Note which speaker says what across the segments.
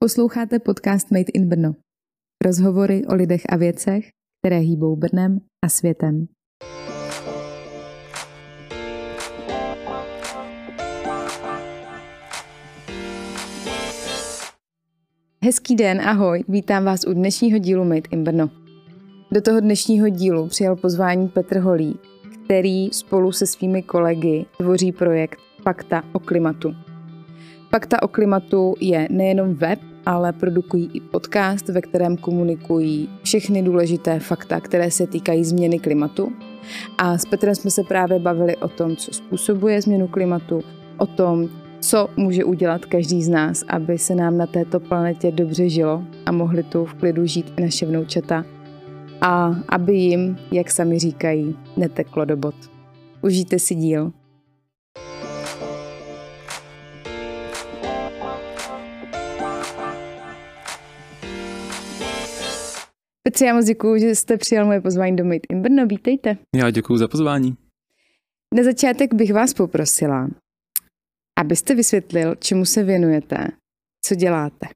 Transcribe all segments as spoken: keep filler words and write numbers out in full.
Speaker 1: Posloucháte podcast Made in Brno. Rozhovory o lidech a věcech, které hýbou Brnem a světem. Hezký den, ahoj, vítám vás u dnešního dílu Made in Brno. Do toho dnešního dílu přijal pozvání Petr Holík, který spolu se svými kolegy tvoří projekt Fakta o klimatu. Fakta o klimatu je nejenom web, ale produkují i podcast, ve kterém komunikují všechny důležité fakta, které se týkají změny klimatu. A s Petrem jsme se právě bavili o tom, co způsobuje změnu klimatu, o tom, co může udělat každý z nás, aby se nám na této planetě dobře žilo a mohli tu v klidu žít i naše vnoučata. A aby jim, jak sami říkají, neteklo do bot. Užijte si díl. Petře, já moc děkuju, že jste přijal moje pozvání do Made in Brno. Vítejte.
Speaker 2: Já děkuju za pozvání.
Speaker 1: Na začátek bych vás poprosila, abyste vysvětlil, čemu se věnujete, co děláte.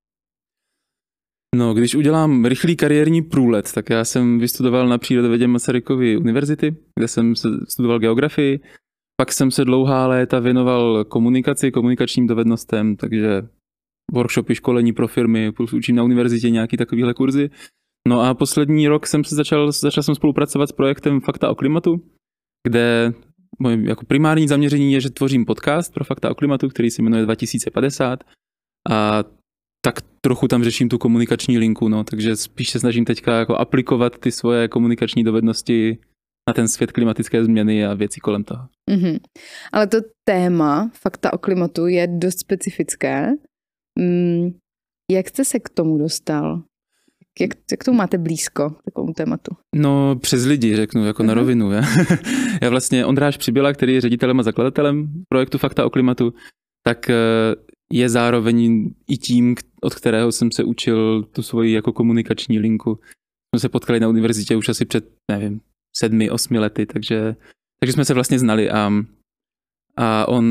Speaker 2: No, když udělám rychlý kariérní průlet, tak já jsem vystudoval na Přírodovědě Masarykovy univerzity, kde jsem studoval geografii, pak jsem se dlouhá léta věnoval komunikaci, komunikačním dovednostem, takže workshopy, školení pro firmy, plus učím na univerzitě nějaký takovýhle kurzy. No a poslední rok jsem se začal, začal jsem spolupracovat s projektem Fakta o klimatu, kde moje jako primární zaměření je, že tvořím podcast pro Fakta o klimatu, který se jmenuje dva tisíce padesát a tak trochu tam řeším tu komunikační linku, no, takže spíš se snažím teďka jako aplikovat ty svoje komunikační dovednosti na ten svět klimatické změny a věcí kolem toho.
Speaker 1: Mm-hmm. Ale to téma Fakta o klimatu je dost specifické. Mm, jak jste se k tomu dostal? Jak, jak k tomu máte blízko, k takovému tématu?
Speaker 2: No přes lidi, řeknu, jako uh-huh. na rovinu. Já. já vlastně Ondráš Přibyla, který je ředitelem a zakladatelem projektu Fakta o klimatu, tak je zároveň i tím, od kterého jsem se učil tu svoji jako komunikační linku. Jsme se potkali na univerzitě už asi před, nevím, sedmi, osmi lety, takže, takže jsme se vlastně znali a, a on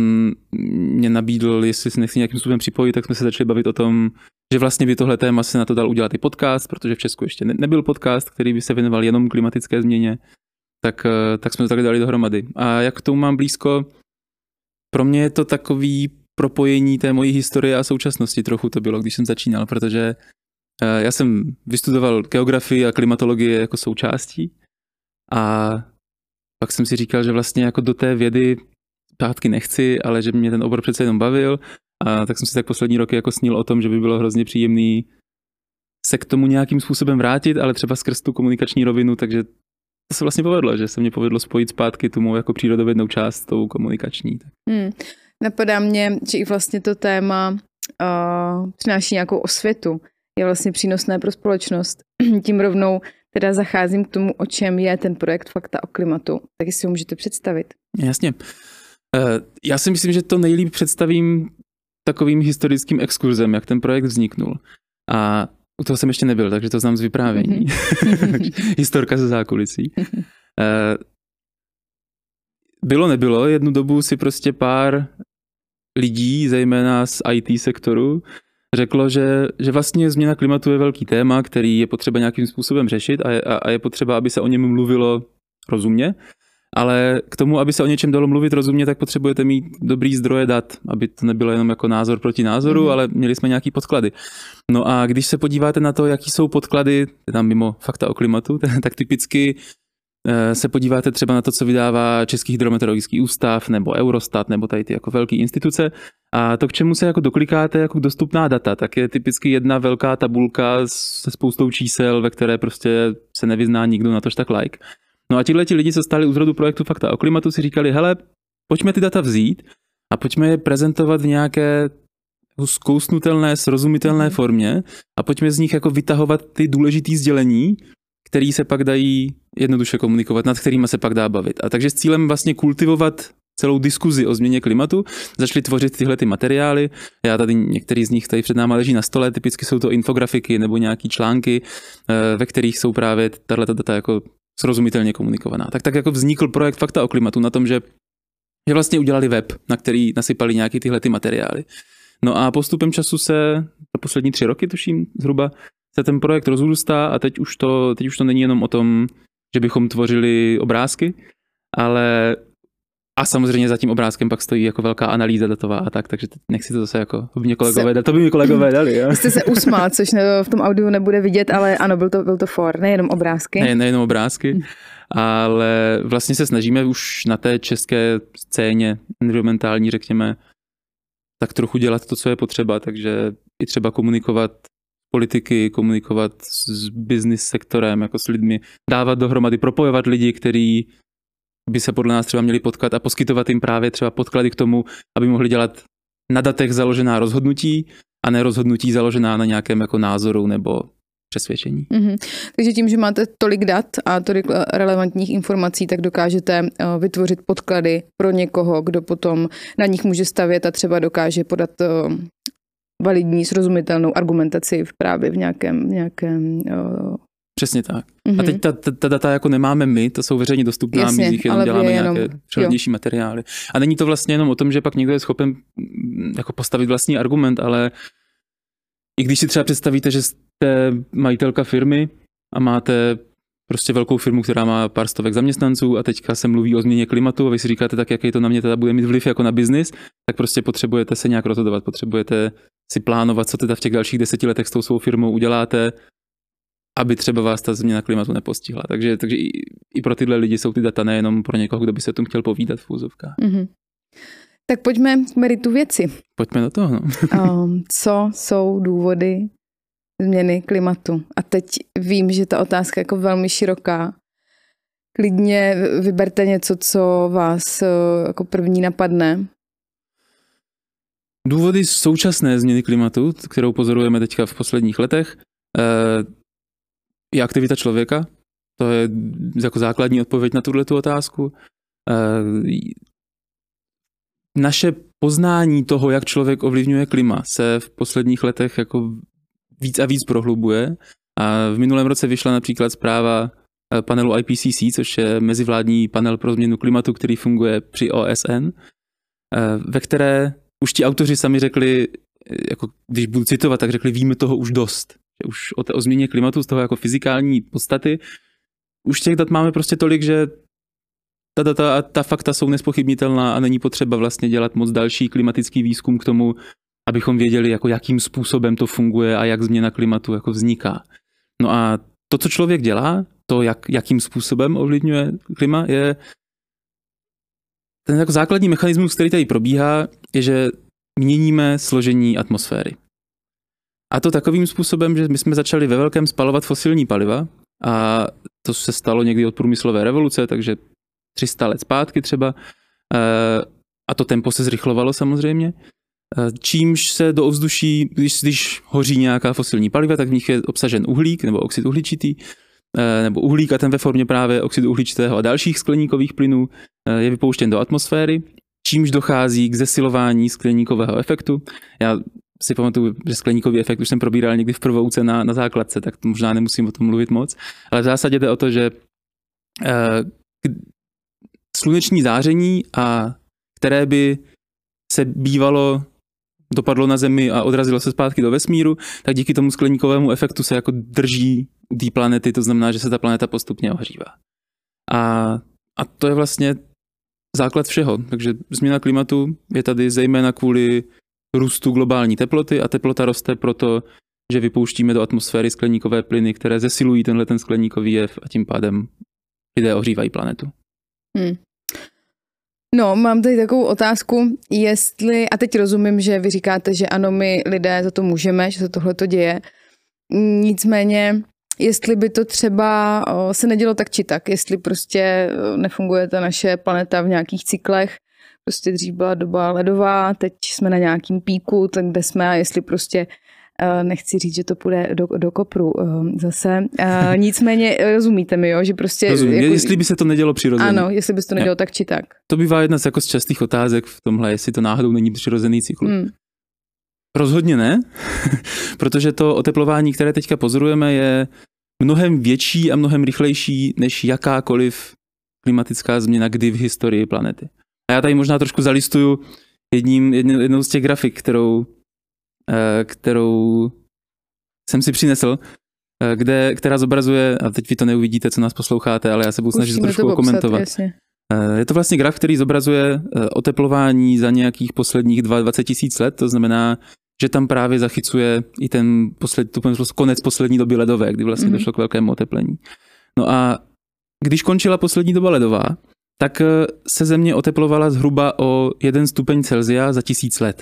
Speaker 2: mě nabídl, jestli se nechci nějakým způsobem připojit, tak jsme se začali bavit o tom, že vlastně by tohle téma se na to dal udělat i podcast, protože v Česku ještě ne, nebyl podcast, který by se věnoval jenom klimatické změně, tak, tak jsme to takhle dali dohromady. A jak k tomu mám blízko, pro mě je to takový propojení té mojí historie a současnosti, trochu to bylo, když jsem začínal, protože já jsem vystudoval geografii a klimatologii jako součástí a pak jsem si říkal, že vlastně jako do té vědy zpátky nechci, ale že mě ten obor přece jenom bavil. A tak jsem si tak poslední roky jako snil o tom, že by bylo hrozně příjemný se k tomu nějakým způsobem vrátit, ale třeba skrz tu komunikační rovinu, takže to se vlastně povedlo, že se mě povedlo spojit zpátky tu mou jako přírodovědnou část s tou komunikační.
Speaker 1: Hmm. Napadá mě, že i vlastně to téma uh, přináší nějakou osvětu, je vlastně přínosné pro společnost. Tím rovnou teda zacházím k tomu, o čem je ten projekt Fakta o klimatu. Tak jestli ho můžete představit.
Speaker 2: Jasně. Uh, já si myslím, že to nejlíp představím takovým historickým exkurzem, jak ten projekt vzniknul. A u toho jsem ještě nebyl, takže to znám z vyprávění. Mm-hmm. Historka ze zákulisí. Bylo nebylo, jednu dobu si prostě pár lidí, zejména z í té sektoru, řeklo, že, že vlastně změna klimatu je velký téma, který je potřeba nějakým způsobem řešit a je, a je potřeba, aby se o něm mluvilo rozumně. Ale k tomu, aby se o něčem dalo mluvit rozumně, tak potřebujete mít dobrý zdroje dat, aby to nebylo jenom jako názor proti názoru, mm. ale měli jsme nějaký podklady. No a když se podíváte na to, jaký jsou podklady, tam mimo Fakta o klimatu, tak typicky se podíváte třeba na to, co vydává Český hydrometeorologický ústav nebo Eurostat nebo tady ty jako velké instituce a to, k čemu se jako doklikáte jako dostupná data, tak je typicky jedna velká tabulka se spoustou čísel, ve které prostě se nevyzná nikdo, na tož tak like. No a tihleti lidi, co stáli u zrodu projektu Fakta o klimatu, si říkali, hele, pojďme ty data vzít a pojďme je prezentovat v nějaké zkousnutelné, srozumitelné formě a pojďme z nich jako vytahovat ty důležitý sdělení, které se pak dají jednoduše komunikovat, nad kterými se pak dá bavit. A takže s cílem vlastně kultivovat celou diskuzi o změně klimatu, začali tvořit tyhle ty materiály. Já tady některý z nich tady před náma leží na stole, typicky jsou to infografiky nebo nějaký články, ve kterých jsou právě tato data jako srozumitelně komunikovaná. Tak tak jako vznikl projekt Fakta o klimatu na tom, že, že vlastně udělali web, na který nasypali nějaký tyhle ty materiály. No a postupem času se, za poslední tři roky tuším zhruba, se ten projekt rozrůstá a teď už to, teď už to není jenom o tom, že bychom tvořili obrázky, ale a samozřejmě za tím obrázkem pak stojí jako velká analýza datová a tak, takže nechci to zase jako mě kolegové dali, to by mi kolegové dali. Jo?
Speaker 1: Jste se usmál, což v tom audiu nebude vidět, ale ano, byl to, byl to for, nejenom obrázky.
Speaker 2: Ne, nejenom obrázky, ale vlastně se snažíme už na té české scéně environmentální, řekněme, tak trochu dělat to, co je potřeba, takže i třeba komunikovat politiky, komunikovat s business sektorem, jako s lidmi, dávat dohromady, propojovat lidi, kteří by se podle nás třeba měli potkat a poskytovat jim právě třeba podklady k tomu, aby mohli dělat na datech založená rozhodnutí a ne rozhodnutí založená na nějakém jako názoru nebo přesvědčení.
Speaker 1: Mm-hmm. Takže tím, že máte tolik dat a tolik relevantních informací, tak dokážete vytvořit podklady pro někoho, kdo potom na nich může stavět a třeba dokáže podat validní, srozumitelnou argumentaci v právě v nějakém, nějakém
Speaker 2: Přesně tak. Mm-hmm. A teď ta, ta, ta data jako nemáme my, to jsou veřejně dostupná,
Speaker 1: Jasně,
Speaker 2: my z nich jenom děláme
Speaker 1: jenom,
Speaker 2: nějaké přírodnější materiály. A není to vlastně jenom o tom, že pak někdo je schopen jako postavit vlastní argument, ale i když si třeba představíte, že jste majitelka firmy a máte prostě velkou firmu, která má pár stovek zaměstnanců a teďka se mluví o změně klimatu a vy si říkáte, tak jaký to na mě teda bude mít vliv jako na biznis, tak prostě potřebujete se nějak rozhodovat, potřebujete si plánovat, co teda v těch dalších deseti letech s tou svou firmou uděláte, aby třeba vás ta změna klimatu nepostihla. Takže, takže i, i pro tyhle lidi jsou ty data nejenom pro někoho, kdo by se o tom chtěl povídat v úzovkách.
Speaker 1: Mm-hmm. Tak pojďme k meritu věci.
Speaker 2: Pojďme do toho. No.
Speaker 1: um, co jsou důvody změny klimatu? A teď vím, že ta otázka je jako velmi široká. Klidně vyberte něco, co vás jako první napadne.
Speaker 2: Důvody současné změny klimatu, kterou pozorujeme teďka v posledních letech, je aktivita člověka. To je jako základní odpověď na tuhletu otázku. Naše poznání toho, jak člověk ovlivňuje klima, se v posledních letech jako víc a víc prohlubuje. A v minulém roce vyšla například zpráva panelu I P C C, což je mezivládní panel pro změnu klimatu, který funguje při O S N, ve které už ti autoři sami řekli, jako když budu citovat, tak řekli, víme toho už dost. Že už o, té, o změně klimatu z toho jako fyzikální podstaty, už těch dat máme prostě tolik, že ta data a ta fakta jsou nespochybnitelná a není potřeba vlastně dělat moc další klimatický výzkum k tomu, abychom věděli, jako jakým způsobem to funguje a jak změna klimatu jako vzniká. No a to, co člověk dělá, to, jak, jakým způsobem ovlivňuje klima, je ten jako základní mechanismus, který tady probíhá, je, že měníme složení atmosféry. A to takovým způsobem, že my jsme začali ve velkém spalovat fosilní paliva a to se stalo někdy od průmyslové revoluce, takže tři sta let zpátky třeba. A to tempo se zrychlovalo samozřejmě. Čímž se do ovzduší, když, když hoří nějaká fosilní paliva, tak v nich je obsažen uhlík nebo oxid uhličitý, nebo uhlík a ten ve formě právě oxidu uhličitého a dalších skleníkových plynů je vypouštěn do atmosféry, čímž dochází k zesilování skleníkového efektu. Já si pamatuju, že skleníkový efekt už jsem probíral někdy v prvouce na, na základce, tak možná nemusím o tom mluvit moc, ale v zásadě jde o to, že eh, sluneční záření, a které by se bývalo dopadlo na Zemi a odrazilo se zpátky do vesmíru, tak díky tomu skleníkovému efektu se jako drží u té planety, to znamená, že se ta planeta postupně ohřívá. A, a to je vlastně základ všeho. Takže změna klimatu je tady zejména kvůli růstu globální teploty a teplota roste proto, že vypouštíme do atmosféry skleníkové plyny, které zesilují tenhle ten skleníkový jev a tím pádem lidé ohřívají planetu. Hmm.
Speaker 1: No, mám tady takovou otázku, jestli, a teď rozumím, že vy říkáte, že ano, my lidé za to můžeme, že se tohle to děje, nicméně, jestli by to třeba se nedělo tak či tak, jestli prostě nefunguje ta naše planeta v nějakých cyklech, prostě dřív byla doba ledová, teď jsme na nějakým píku, tak kde jsme a jestli prostě, nechci říct, že to půjde do, do kopru zase, nicméně rozumíte mi, jo, že prostě...
Speaker 2: Rozumím, jako, jestli by se to nedělo přirozeně.
Speaker 1: Ano, jestli by se to nedělo tak či tak.
Speaker 2: To bývá jedna z, jako z častých otázek v tomhle, jestli to náhodou není přirozený cyklus. Hmm. Rozhodně ne, protože to oteplování, které teďka pozorujeme, je mnohem větší a mnohem rychlejší než jakákoliv klimatická změna kdy v historii planety. A já tady možná trošku zalistuju jedním, jednou z těch grafik, kterou kterou jsem si přinesl, kde, která zobrazuje, a teď vy to neuvidíte, co nás posloucháte, ale já se budu snažit to trošku okomentovat. Je to vlastně graf, který zobrazuje oteplování za nějakých posledních dvacet tisíc let, to znamená, že tam právě zachycuje i ten posled, konec poslední doby ledové, kdy vlastně mm-hmm. došlo k velkému oteplení. No a když končila poslední doba ledová, tak se Země oteplovala zhruba o jeden stupeň Celsia za tisíc let.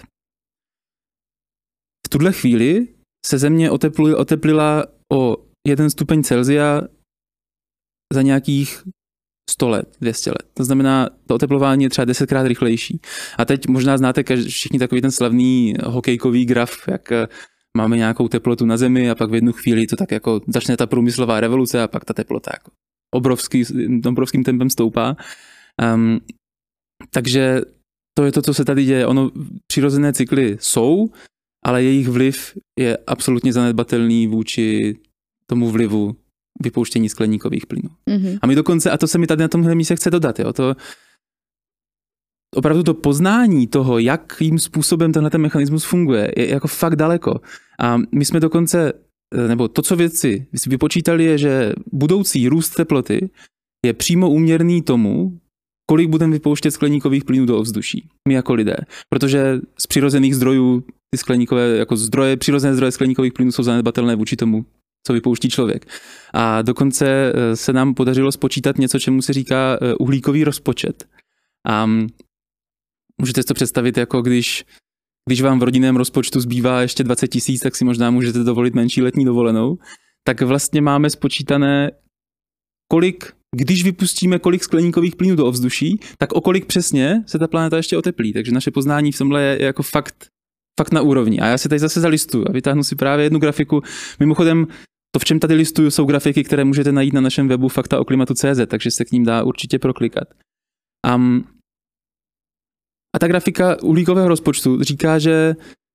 Speaker 2: V tuhle chvíli se Země oteplila, oteplila o jeden stupeň Celsia za nějakých sto let, dvě stě let. To znamená, to oteplování je třeba desetkrát rychlejší. A teď možná znáte všichni takový ten slavný hokejkový graf, jak máme nějakou teplotu na Zemi a pak v jednu chvíli to tak jako začne ta průmyslová revoluce a pak ta teplota jako obrovský, obrovským tempem stoupá. Um, takže to je to, co se tady děje. Ono, přirozené cykly jsou, ale jejich vliv je absolutně zanedbatelný vůči tomu vlivu vypouštění skleníkových plynů. Mm-hmm. A my dokonce, a to se mi tady na tomhle místě chce dodat, jo, to opravdu to poznání toho, jakým způsobem tenhle ten mechanismus funguje, je jako fakt daleko. A my jsme dokonce, nebo to, co vědci vypočítali, je, že budoucí růst teploty je přímo úměrný tomu, kolik budeme vypouštět skleníkových plynů do ovzduší. My jako lidé. Protože z přirozených zdrojů, ty skleníkové, jako zdroje, přirozené zdroje skleníkových plynů jsou zanedbatelné vůči tomu, co vypouští člověk. A dokonce se nám podařilo spočítat něco, čemu se říká uhlíkový rozpočet. A můžete si to představit, jako když, když vám v rodinném rozpočtu zbývá ještě dvacet tisíc, tak si možná můžete dovolit menší letní dovolenou. Tak vlastně máme spočítané, kolik, když vypustíme kolik skleníkových plynů do ovzduší, tak o kolik přesně se ta planeta ještě oteplí. Takže naše poznání v tomhle je jako fakt, fakt na úrovni. A já si tady zase zalistuju a vytáhnu si právě jednu grafiku. Mimochodem, to, v čem tady listuju, jsou grafiky, které můžete najít na našem webu fakta o klimatu tečka cé zet, takže se k ním dá určitě proklikat. Um, a ta grafika uhlíkového rozpočtu říká, že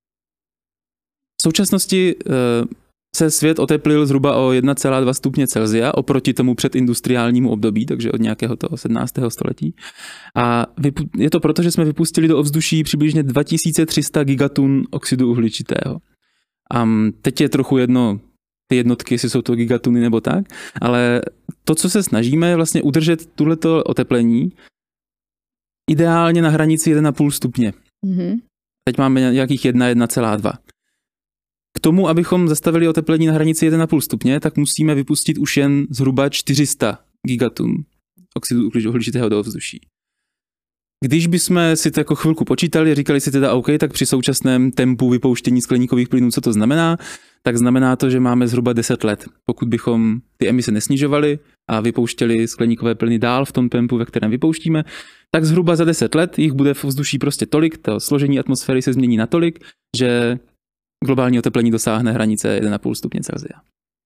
Speaker 2: v současnosti uh, se svět oteplil zhruba o jedna celá dva stupně Celsia oproti tomu předindustriálnímu období, takže od nějakého toho sedmnáctého století. A je to proto, že jsme vypustili do ovzduší přibližně dva tisíce tři sta gigatun oxidu uhličitého. A teď je trochu jedno, ty jednotky, jestli jsou to gigatuny nebo tak, ale to, co se snažíme, je vlastně udržet tuhleto oteplení ideálně na hranici jedna celá pět stupně. Mm-hmm. Teď máme nějakých jedna, jedna celá dva. K tomu, abychom zastavili oteplení na hranici jedna celá pět stupně, tak musíme vypustit už jen zhruba čtyři sta gigatun oxidu uhličitého do ovzduší. Když bychom si to jako chvilku počítali a říkali si teda OK, tak při současném tempu vypouštění skleníkových plynů, co to znamená, tak znamená to, že máme zhruba deset let. Pokud bychom ty emise nesnižovali a vypouštěli skleníkové plyny dál v tom tempu, ve kterém vypouštíme, tak zhruba za deset let jich bude v ovzduší prostě tolik, to složení atmosféry se změní natolik, že globální oteplení dosáhne hranice jedna celá pět stupně Celsia.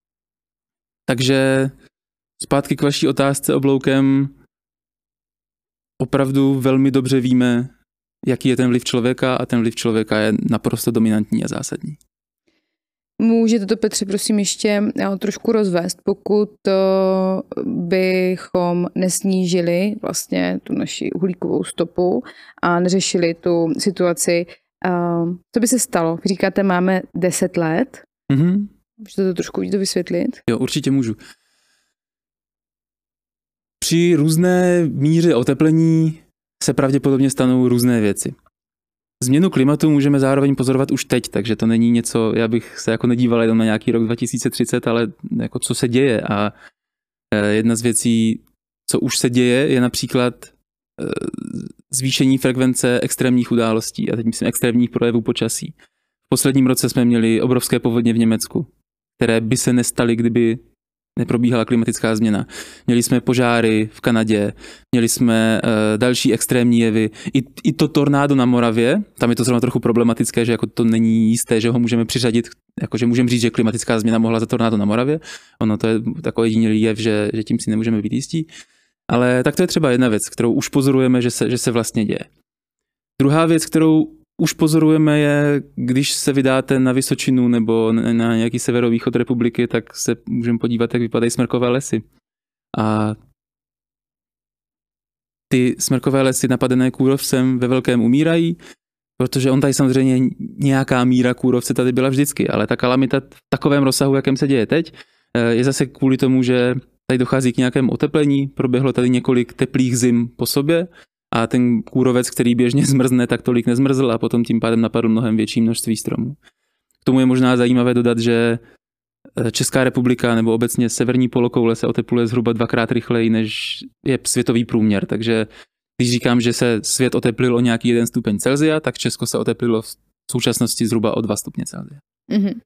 Speaker 2: Takže zpátky k vaší otázce obloukem. Opravdu velmi dobře víme, jaký je ten vliv člověka a ten vliv člověka je naprosto dominantní a zásadní.
Speaker 1: Můžete to, Petře, prosím ještě trošku rozvést, pokud bychom nesnížili vlastně tu naši uhlíkovou stopu a neřešili tu situaci, co by se stalo? Vy říkáte, máme deset let. Mm-hmm. Můžete to trošku to vysvětlit?
Speaker 2: Jo, určitě můžu. Při různé míře oteplení se pravděpodobně stanou různé věci. Změnu klimatu můžeme zároveň pozorovat už teď, takže to není něco, já bych se jako nedíval jenom na nějaký rok dva tisíce třicet, ale jako co se děje. A jedna z věcí, co už se děje, je například zvýšení frekvence extrémních událostí, a teď myslím extrémních projevů počasí. V posledním roce jsme měli obrovské povodně v Německu, které by se nestaly, kdyby neprobíhala klimatická změna. Měli jsme požáry v Kanadě, měli jsme uh, další extrémní jevy. I, I to tornádo na Moravě, tam je to zrovna trochu problematické, že jako to není jisté, že ho můžeme přiřadit, jakože můžeme říct, že klimatická změna mohla za tornádo na Moravě. Ono to je takový jediný jev, že, že tím si nemůžeme být jistí. Ale tak to je třeba jedna věc, kterou už pozorujeme, že se, že se vlastně děje. Druhá věc, kterou už pozorujeme, je, když se vydáte na Vysočinu nebo na nějaký severovýchod republiky, tak se můžeme podívat, jak vypadají smrkové lesy. A ty smrkové lesy napadené kůrovcem ve velkém umírají protože on tady samozřejmě nějaká míra kůrovce tady byla vždycky, ale ta kalamita v takovém rozsahu, jakém se děje teď, je zase kvůli tomu, že tady dochází k nějakému oteplení, proběhlo tady několik teplých zim po sobě a ten kůrovec, který běžně zmrzne, tak tolik nezmrzl a potom tím pádem napadl mnohem větší množství stromů. K tomu je možná zajímavé dodat, že Česká republika nebo obecně severní polokoule se otepluje zhruba dvakrát rychleji, než je světový průměr, takže když říkám, že se svět oteplil o nějaký jeden stupeň Celsia, tak Česko se oteplilo v současnosti zhruba o dva stupně Celsia. Mm-hmm.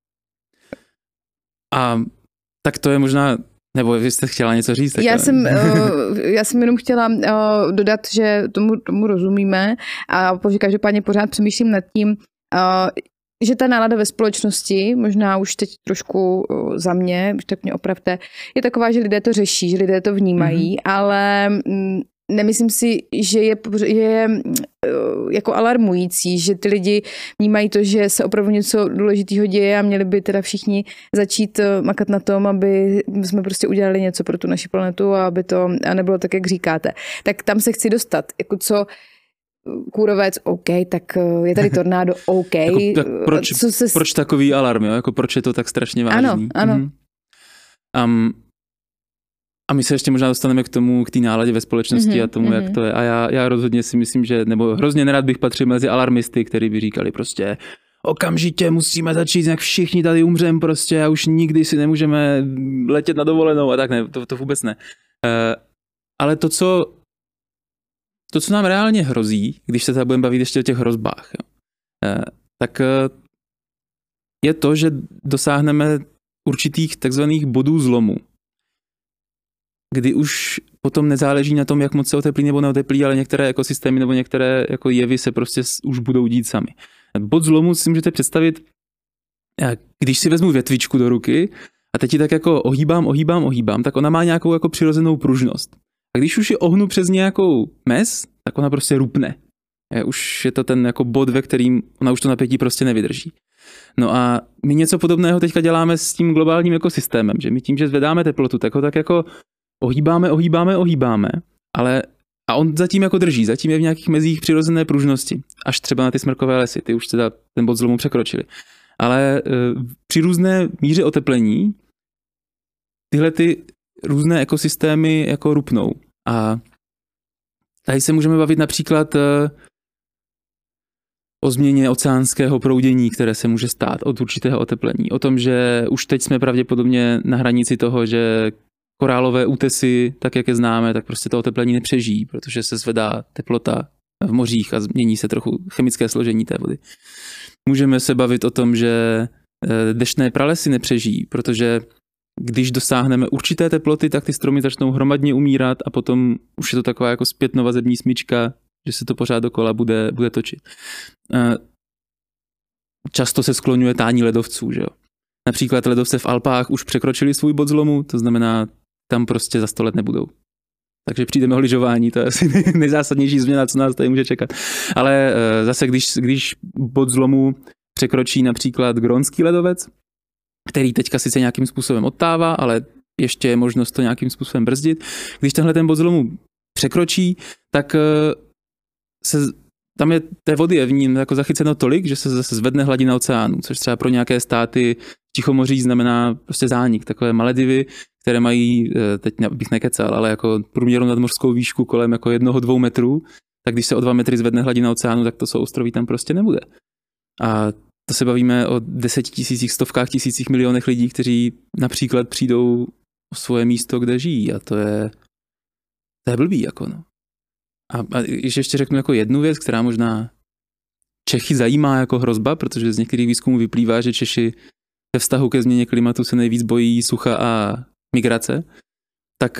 Speaker 2: A tak to je možná, nebo vy jste chtěla něco říct?
Speaker 1: Já jsem, já jsem jenom chtěla dodat, že tomu, tomu rozumíme a každopádně pořád přemýšlím nad tím, že ta nálada ve společnosti, možná už teď trošku za mě, už tak mě opravte, je taková, že lidé to řeší, že lidé to vnímají, mm-hmm. ale nemyslím si, že je, je jako alarmující, že ty lidi vnímají to, že se opravdu něco důležitého děje a měli by teda všichni začít makat na tom, aby jsme prostě udělali něco pro tu naši planetu a aby to a nebylo tak, jak říkáte. Tak tam se chci dostat. Jako co kůrovec, OK, tak je tady tornádo, OK.
Speaker 2: Jako, tak proč, co se... proč takový alarm, jo? Jako proč je to tak strašně vážný?
Speaker 1: Ano, ano.
Speaker 2: Mhm. Um, A my se ještě možná dostaneme k tomu, k té náladě ve společnosti mm-hmm, a tomu, mm-hmm. jak to je. A já, já rozhodně si myslím, že, nebo hrozně nerad bych patřil mezi alarmisty, kteří by říkali prostě okamžitě musíme začít, jak všichni tady umřem prostě a už nikdy si nemůžeme letět na dovolenou a tak ne, to, to vůbec ne. Uh, ale to co, to, co nám reálně hrozí, když se tady budeme bavit ještě o těch hrozbách, jo, uh, tak uh, je to, že dosáhneme určitých takzvaných bodů zlomu, kdy už potom nezáleží na tom, jak moc se oteplí nebo neoteplí, ale některé ekosystémy nebo některé jako jevy se prostě už budou dít sami. Bod zlomu si můžete představit, když si vezmu větvičku do ruky a teď ji tak jako ohýbám, ohýbám, ohýbám, tak ona má nějakou jako přirozenou pružnost. A když už ji ohnu přes nějakou mez, tak ona prostě rupne. Je, už je to ten jako bod, ve kterým ona už to napětí prostě nevydrží. No a my něco podobného teďka děláme s tím globálním ekosystémem, že my tím, že zvedáme teplotu, tak ho tak jako ohýbáme, ohýbáme, ohýbáme, ale a on zatím jako drží, zatím je v nějakých mezích přirozené pružnosti, až třeba na ty smrkové lesy, ty už teda ten bod zlomu překročili. Ale e, při různé míře oteplení tyhle ty různé ekosystémy jako rupnou. A tady se můžeme bavit například e, o změně oceánského proudění, které se může stát od určitého oteplení. O tom, že už teď jsme pravděpodobně na hranici toho, že korálové útesy, tak jak je známe, tak prostě to oteplení nepřežijí, protože se zvedá teplota v mořích a změní se trochu chemické složení té vody. Můžeme se bavit o tom, že deštné pralesy nepřežijí, protože když dosáhneme určité teploty, tak ty stromy začnou hromadně umírat a potom už je to taková jako zpětnovazební smyčka, že se to pořád dokola bude, bude točit. Často se skloňuje tání ledovců, že jo. Například ledovce v Alpách už překročili svůj bod zlomu, to znamená, tam prostě za sto let nebudou. Takže přijdeme o lyžování, to je asi nejzásadnější změna, co nás tady může čekat. Ale zase, když, když bod zlomu překročí například grónský ledovec, který teďka sice nějakým způsobem odtává, ale ještě je možnost to nějakým způsobem brzdit. Když tenhle ten bod zlomu překročí, tak se, tam je té vody je v ní jako zachyceno tolik, že se zase zvedne hladina oceánu, což třeba pro nějaké státy Tichomoří znamená prostě zánik. Takové Maledivy, které mají, teď bych nekecal, ale jako průměrnou nadmořskou výšku kolem jako jednoho, dvou metrů, tak když se o dva metry zvedne hladina oceánu, tak to souostroví tam prostě nebude. A to se bavíme o desetitisících, stovkách tisících, milionech lidí, kteří například přijdou o svoje místo, kde žijí. A to je, to je blbý, jako no. A, a ještě řeknu jako jednu věc, která možná Čechy zajímá jako hrozba, protože z některých výzkumů vyplývá, že Češi ve vztahu ke změně klimatu se nejvíc bojí sucha a migrace. Tak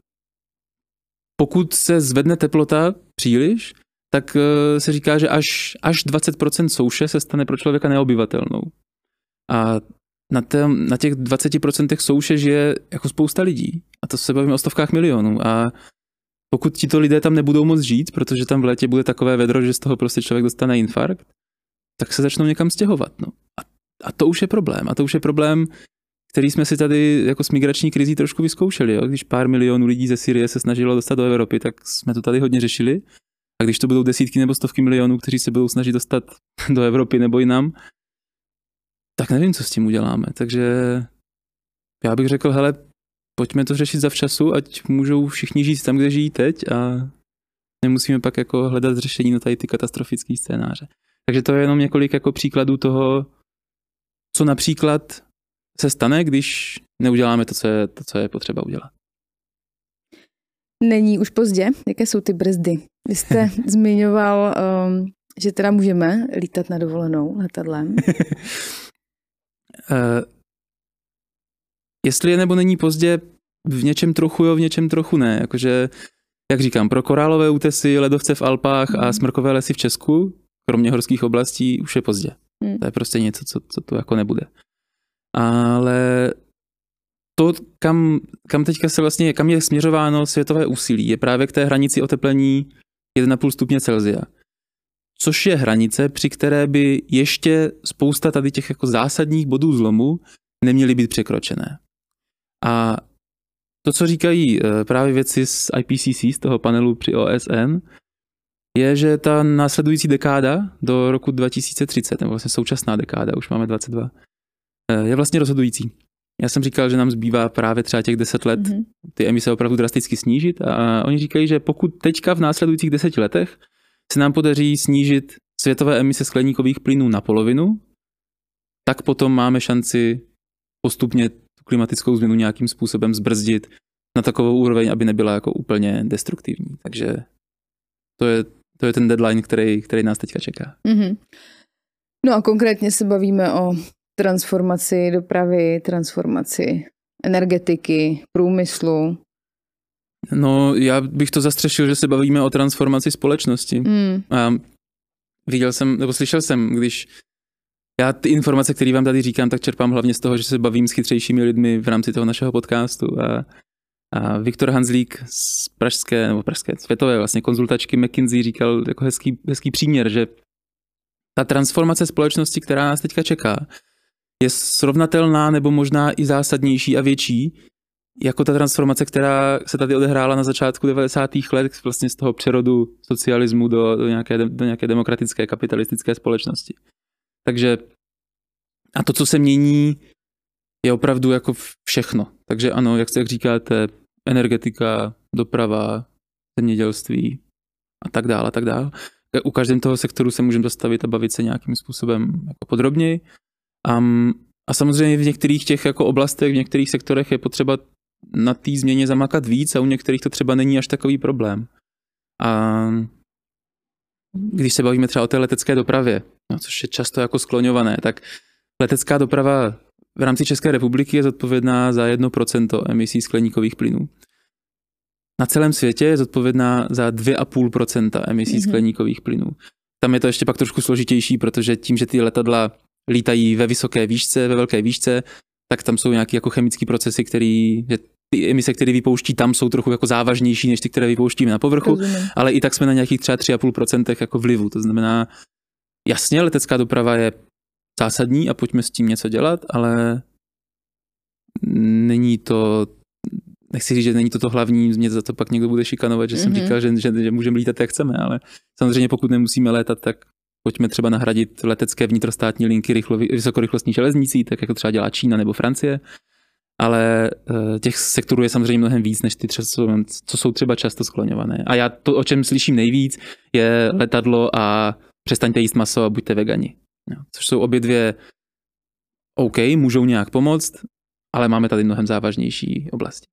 Speaker 2: pokud se zvedne teplota příliš, tak se říká, že až, až dvacet procent souše se stane pro člověka neobyvatelnou. A na, tém, na těch dvacet procent souše žije jako spousta lidí. A to se bavíme o stovkách milionů. A pokud tito lidé tam nebudou moc žít, protože tam v létě bude takové vedro, že z toho prostě člověk dostane infarkt, tak se začnou někam stěhovat. No. A, a to už je problém. A to už je problém, který jsme si tady jako s migrační krizí trošku vyzkoušeli. Jo? Když pár milionů lidí ze Syrie se snažilo dostat do Evropy, tak jsme to tady hodně řešili. A když to budou desítky nebo stovky milionů, kteří se budou snažit dostat do Evropy nebo jinam, tak nevím, co s tím uděláme. Takže já bych řekl, hele, pojďme to řešit zavčasu, ať můžou všichni žít tam, kde žijí teď a nemusíme pak jako hledat řešení na tady ty katastrofické scénáře. Takže to je jenom několik jako příkladů toho, co například se stane, když neuděláme to, co je, to, co je potřeba udělat.
Speaker 1: Není už pozdě? Jaké jsou ty brzdy? Vy jste zmiňoval, um, že teda můžeme lítat na dovolenou letadlem.
Speaker 2: uh, jestli je nebo není pozdě, v něčem trochu jo, v něčem trochu ne. Jakože, jak říkám, pro korálové útesy, ledovce v Alpách mm. a smrkové lesy v Česku, kromě horských oblastí, už je pozdě. Mm. To je prostě něco, co, co tu jako nebude. Ale to, kam, kam teďka se vlastně, kam je směřováno světové úsilí, je právě k té hranici oteplení jedna celá pět stupně Celsia. Což je hranice, při které by ještě spousta tady těch jako zásadních bodů zlomu neměly být překročené. A to, co říkají právě vědci z I P C C, z toho panelu při O S N, je, že ta následující dekáda do roku dva tisíce třicet, nebo vlastně současná dekáda, už máme dvacet dva, je vlastně rozhodující. Já jsem říkal, že nám zbývá právě třeba těch deset let mm-hmm. ty emise opravdu drasticky snížit a oni říkají, že pokud teďka v následujících deseti letech se nám podaří snížit světové emise skleníkových plynů na polovinu, tak potom máme šanci postupně tu klimatickou změnu nějakým způsobem zbrzdit na takovou úroveň, aby nebyla jako úplně destruktivní. Takže to je, to je ten deadline, který, který nás teďka čeká.
Speaker 1: Mm-hmm. No a konkrétně se bavíme o transformaci dopravy, transformaci energetiky, průmyslu.
Speaker 2: No, já bych to zastřešil, že se bavíme o transformaci společnosti. Mm. A viděl jsem, nebo slyšel jsem, když já ty informace, které vám tady říkám, tak čerpám hlavně z toho, že se bavím s chytřejšími lidmi v rámci toho našeho podcastu. A, a Viktor Hanzlík z pražské, nebo pražské světové vlastně konzultačky McKinsey říkal jako hezký, hezký příměr, že ta transformace společnosti, která nás teďka čeká, je srovnatelná nebo možná i zásadnější a větší jako ta transformace, která se tady odehrála na začátku devadesátých let vlastně z toho přerodu socialismu do, do, nějaké, do nějaké demokratické kapitalistické společnosti. Takže a to, co se mění, je opravdu jako všechno. Takže ano, jak, jak říkáte, energetika, doprava, zemědělství a tak dále, a tak dále. U každém toho sektoru se můžeme zastavit a bavit se nějakým způsobem jako podrobněji. Um, a samozřejmě v některých těch jako oblastech, v některých sektorech je potřeba na té změně zamakat víc a u některých to třeba není až takový problém. A když se bavíme třeba o té letecké dopravě, no, což je často jako skloňované, tak letecká doprava v rámci České republiky je zodpovědná za jedno procento emisí skleníkových plynů. Na celém světě je zodpovědná za dvě celá pět procenta emisí mm-hmm. skleníkových plynů. Tam je to ještě pak trošku složitější, protože tím, že ty letadla lítají ve vysoké výšce, ve velké výšce, tak tam jsou nějaké jako chemické procesy, který, že ty emise, které vypouští tam, jsou trochu jako závažnější než ty, které vypouštíme na povrchu, Rozumím. Ale i tak jsme na nějakých třeba tři celá pět procenta jako vlivu. To znamená, jasně, letecká doprava je zásadní a pojďme s tím něco dělat, ale není to, nechci říct, že není to to hlavní, mě za to pak někdo bude šikanovat, že mm-hmm. jsem říkal, že, že, že můžeme lítat, jak chceme, ale samozřejmě pokud nemusíme létat, tak pojďme třeba nahradit letecké vnitrostátní linky rychlo, vysokorychlostní železnicí, tak jako třeba dělá Čína nebo Francie, ale těch sektorů je samozřejmě mnohem víc, než ty, co jsou třeba často skloňované. A já to, o čem slyším nejvíc, je letadlo a přestaňte jíst maso a buďte vegani. Jo, což jsou obě dvě OK, můžou nějak pomoct, ale máme tady mnohem závažnější oblasti.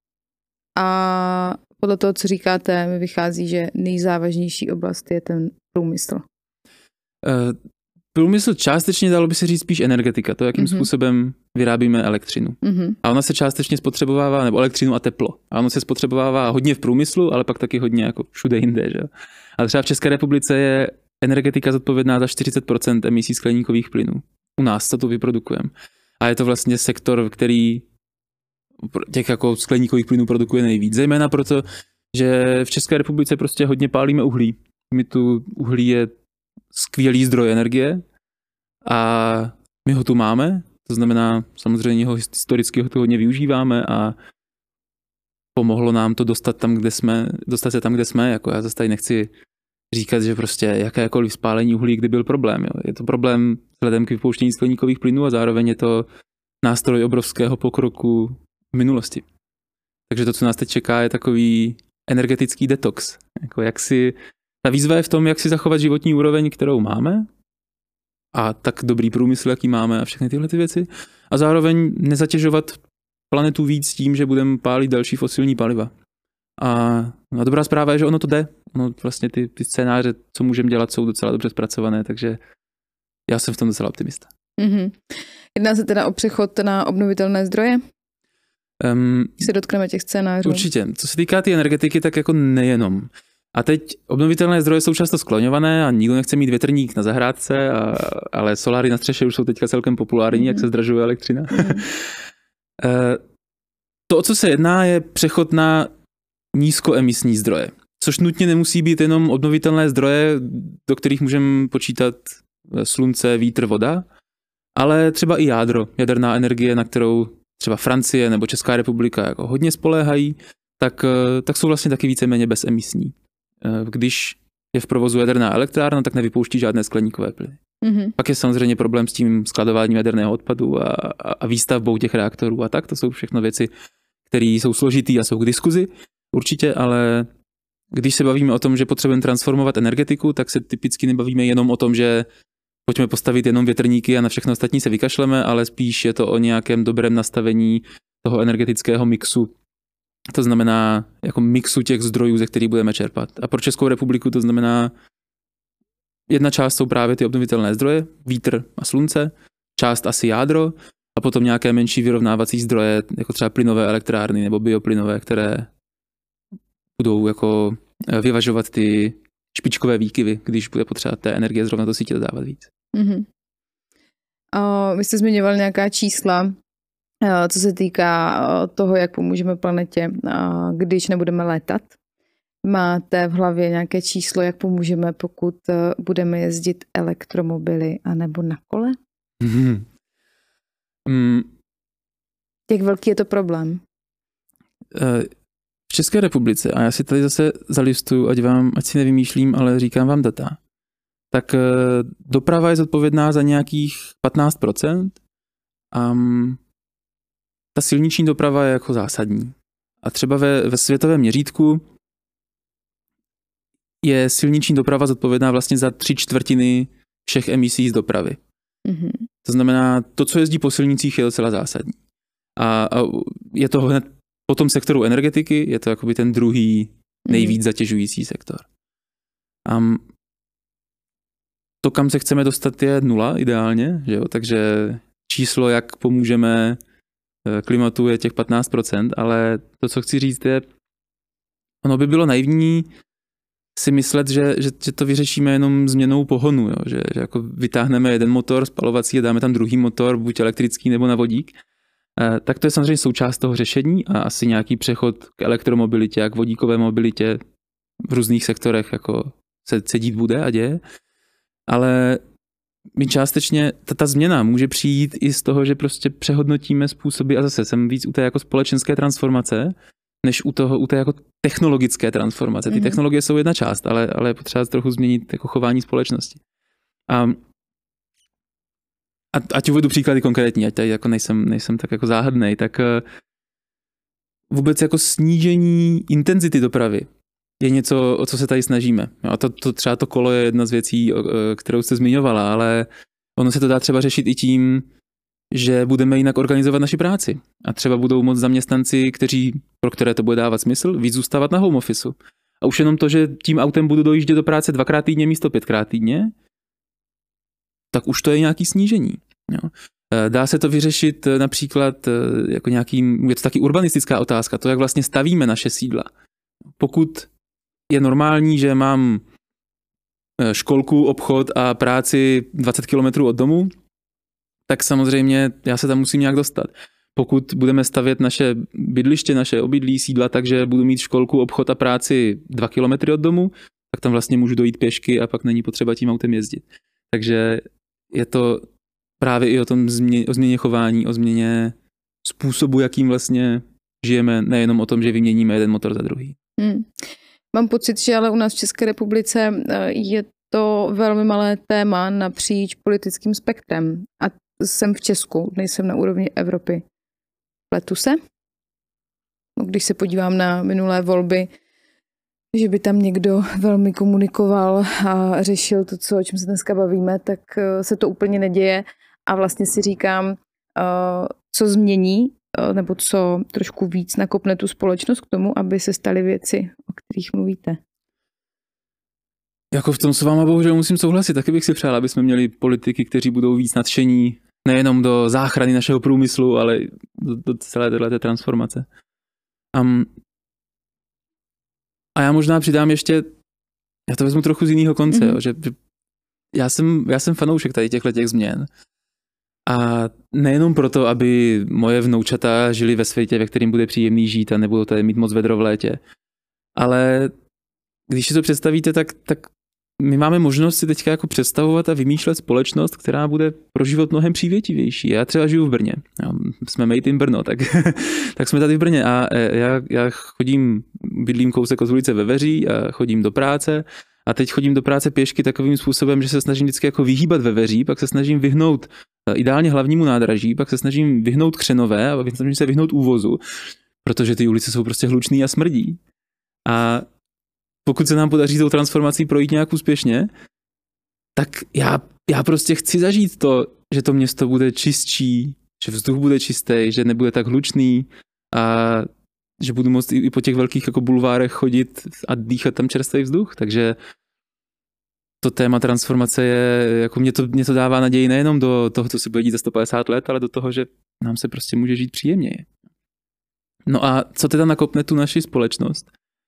Speaker 1: A podle toho, co říkáte, mi vychází, že nejzávažnější oblast je ten průmysl.
Speaker 2: Uh, průmysl částečně, dalo by se říct, spíš energetika, to, jakým mm-hmm. způsobem vyrábíme elektřinu. Mm-hmm. A ona se částečně spotřebovává, nebo elektřinu a teplo. A ono se spotřebovává hodně v průmyslu, ale pak taky hodně jako všude jinde. Že? A třeba v České republice je energetika zodpovědná za čtyřicet procent emisí skleníkových plynů. U nás, co tu vyprodukujeme. A je to vlastně sektor, který těch jako skleníkových plynů produkuje nejvíc. Zejména proto, že v České republice prostě hodně pálíme uhlí. My tu uhlí je skvělý zdroj energie a my ho tu máme. To znamená, samozřejmě ho historicky ho tu hodně využíváme a pomohlo nám to dostat tam, kde jsme, dostat se tam, kde jsme. Jako já zase tady nechci říkat, že prostě jakékoliv spálení uhlí kdy byl problém. Jo. Je to problém vzhledem k vypouštění skleníkových plynů a zároveň je to nástroj obrovského pokroku v minulosti. Takže to, co nás teď čeká, je takový energetický detox. Jako jak si, ta výzva je v tom, jak si zachovat životní úroveň, kterou máme, a tak dobrý průmysl, jaký máme a všechny tyhle ty věci. A zároveň nezatěžovat planetu víc tím, že budeme pálit další fosilní paliva. A, a dobrá zpráva je, že ono to jde. Ono vlastně ty, ty scénáře, co můžeme dělat, jsou docela dobře zpracované, takže já jsem v tom docela optimista.
Speaker 1: Mm-hmm. Jedná se teda o přechod na obnovitelné zdroje? Um, se dotkneme těch scénářů.
Speaker 2: Určitě. Co se týká té tý energetiky, tak jako nejenom. A teď obnovitelné zdroje jsou často skloňované a nikdo nechce mít větrník na zahrádce, a, ale soláry na střeše už jsou teďka celkem populární, mm. jak se zdražuje elektřina. Mm. To, o co se jedná, je přechod na nízkoemisní zdroje, což nutně nemusí být jenom obnovitelné zdroje, do kterých můžeme počítat slunce, vítr, voda, ale třeba i jádro, jaderná energie, na kterou třeba Francie nebo Česká republika jako hodně spoléhají, tak, tak jsou vlastně taky víceméně bezemisní. Když je v provozu jaderná elektrárna, tak nevypouští žádné skleníkové plyny. Mm-hmm. Pak je samozřejmě problém s tím skladováním jaderného odpadu a, a, a výstavbou těch reaktorů a tak. To jsou všechno věci, které jsou složitý a jsou k diskuzi, určitě, ale když se bavíme o tom, že potřebujeme transformovat energetiku, tak se typicky nebavíme jenom o tom, že pojďme postavit jenom větrníky a na všechno ostatní se vykašleme, ale spíš je to o nějakém dobrém nastavení toho energetického mixu. To znamená jako mixu těch zdrojů, ze kterých budeme čerpat. A pro Českou republiku to znamená, jedna část jsou právě ty obnovitelné zdroje, vítr a slunce, část asi jádro a potom nějaké menší vyrovnávací zdroje, jako třeba plynové elektrárny nebo bioplynové, které budou jako vyvažovat ty špičkové výkyvy, když bude potřeba té energie zrovna do sítě dávat víc.
Speaker 1: Mm-hmm. O, vy jste zmiňoval nějaká čísla, co se týká toho, jak pomůžeme planetě, když nebudeme létat. Máte v hlavě nějaké číslo, jak pomůžeme, pokud budeme jezdit elektromobily anebo na kole?
Speaker 2: Mm-hmm. Mm.
Speaker 1: Jak velký je to problém?
Speaker 2: V České republice, a já si tady zase zalistuju, ať vám, ať si nevymýšlím, ale říkám vám data, tak doprava je zodpovědná za nějakých patnáct procent a ta silniční doprava je jako zásadní. A třeba ve, ve světovém měřítku je silniční doprava zodpovědná vlastně za tři čtvrtiny všech emisí z dopravy. Mm-hmm. To znamená, to, co jezdí po silnicích, je docela zásadní. A, a je to hned po tom sektoru energetiky, je to jakoby ten druhý nejvíc mm-hmm. zatěžující sektor. Um, to, kam se chceme dostat, je nula ideálně, že jo? Takže číslo, jak pomůžeme klimatu, je těch patnáct procent, ale to, co chci říct, je, ono by bylo naivní si myslet, že, že, že to vyřešíme jenom změnou pohonu, jo? Že, že jako vytáhneme jeden motor spalovací a dáme tam druhý motor, buď elektrický nebo na vodík. E, tak to je samozřejmě součást toho řešení a asi nějaký přechod k elektromobilitě a k vodíkové mobilitě v různých sektorech jako se, se dít bude a děje. Ale my částečně, ta, ta změna může přijít i z toho, že prostě přehodnotíme způsoby, a zase jsem víc u té jako společenské transformace, než u toho, u té jako technologické transformace. Ty mm-hmm. technologie jsou jedna část, ale, ale je potřeba trochu změnit jako chování společnosti. A, a ať uvedu příklady konkrétní, ať tady jako nejsem, nejsem tak jako záhadnej, tak vůbec jako snížení intenzity dopravy je něco, o co se tady snažíme. A to, to třeba to kolo je jedna z věcí, kterou jste zmiňovala, ale ono se to dá třeba řešit i tím, že budeme jinak organizovat naši práci. A třeba budou moc zaměstnanci, kteří, pro které to bude dávat smysl, víc zůstávat na home officeu. A už jenom to, že tím autem budu dojíždět do práce dvakrát týdně místo pětkrát týdně, tak už to je nějaký snížení. Jo. Dá se to vyřešit například jako nějaký, je to taky urbanistická otázka, to, jak vlastně stavíme naše sídla. Pokud je normální, že mám školku, obchod a práci dvacet kilometrů od domu, tak samozřejmě já se tam musím nějak dostat. Pokud budeme stavět naše bydliště, naše obydlí, sídla, takže budu mít školku, obchod a práci dva kilometry od domu, tak tam vlastně můžu dojít pěšky a pak není potřeba tím autem jezdit. Takže je to právě i o tom změ, o změně chování, o změně způsobu, jakým vlastně žijeme, nejenom o tom, že vyměníme jeden motor za druhý. Hmm.
Speaker 1: Mám pocit, že ale u nás v České republice je to velmi malé téma napříč politickým spektrem. A jsem v Česku, nejsem na úrovni Evropy. Pletu se? No, když se podívám na minulé volby, že by tam někdo velmi komunikoval a řešil to, co, o čem se dneska bavíme, tak se to úplně neděje. A vlastně si říkám, co změní, nebo co trošku víc nakopne tu společnost k tomu, aby se staly věci, o kterých mluvíte.
Speaker 2: Jako v tom s váma bohužel musím souhlasit. Taky bych si přál, aby jsme měli politiky, kteří budou víc nadšení nejenom do záchrany našeho průmyslu, ale do, do celé této transformace. Um, a já možná přidám ještě, já to vezmu trochu z jiného konce, mm-hmm. jo, že, že já, jsem, já jsem fanoušek tady těchto těch změn. A nejenom proto, aby moje vnoučata žili ve světě, ve kterém bude příjemný žít a nebudou tady mít moc vedro v létě. Ale když si to představíte, tak, tak my máme možnost si teďka jako představovat a vymýšlet společnost, která bude pro život mnohem přívětivější. Já třeba žiju v Brně. Jsme made in Brno, tak, tak jsme tady v Brně. A já, já chodím, bydlím kousek od ulice Veveří a chodím do práce. A teď chodím do práce pěšky takovým způsobem, že se snažím vždycky jako vyhýbat Veveří, pak se snažím vyhnout ideálně hlavnímu nádraží, pak se snažím vyhnout Křenové a pak snažím se vyhnout úvozu, protože ty ulice jsou prostě hlučný a smrdí. A pokud se nám podaří tou transformací projít nějak úspěšně, tak já, já prostě chci zažít to, že to město bude čistší, že vzduch bude čistý, že nebude tak hlučný a že budu moct i po těch velkých jako bulvárech chodit a dýchat tam čerstvý vzduch. Takže to téma transformace je, jako mě to, mě to dává naději nejenom do toho, co se bude dít za sto padesát let, ale do toho, že nám se prostě může žít příjemněji. No a co teda nakopne tu naši společnost?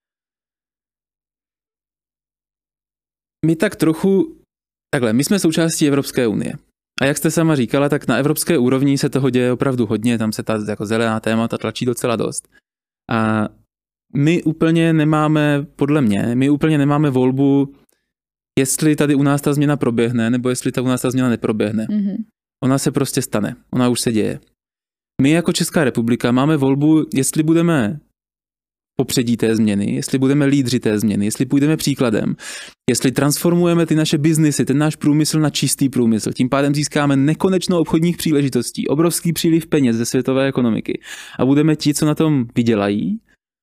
Speaker 2: My tak trochu, takhle, my jsme součástí Evropské unie. A jak jste sama říkala, tak na evropské úrovni se toho děje opravdu hodně, tam se ta jako zelená témata tlačí docela dost. A my úplně nemáme, podle mě, my úplně nemáme volbu, jestli tady u nás ta změna proběhne, nebo jestli ta u nás ta změna neproběhne. Mm-hmm. Ona se prostě stane, ona už se děje. My jako Česká republika máme volbu, jestli budeme popředí té změny, jestli budeme lídři té změny, jestli půjdeme příkladem, jestli transformujeme ty naše biznisy, ten náš průmysl na čistý průmysl. Tím pádem získáme nekonečno obchodních příležitostí, obrovský příliv peněz ze světové ekonomiky a budeme ti, co na tom vydělají,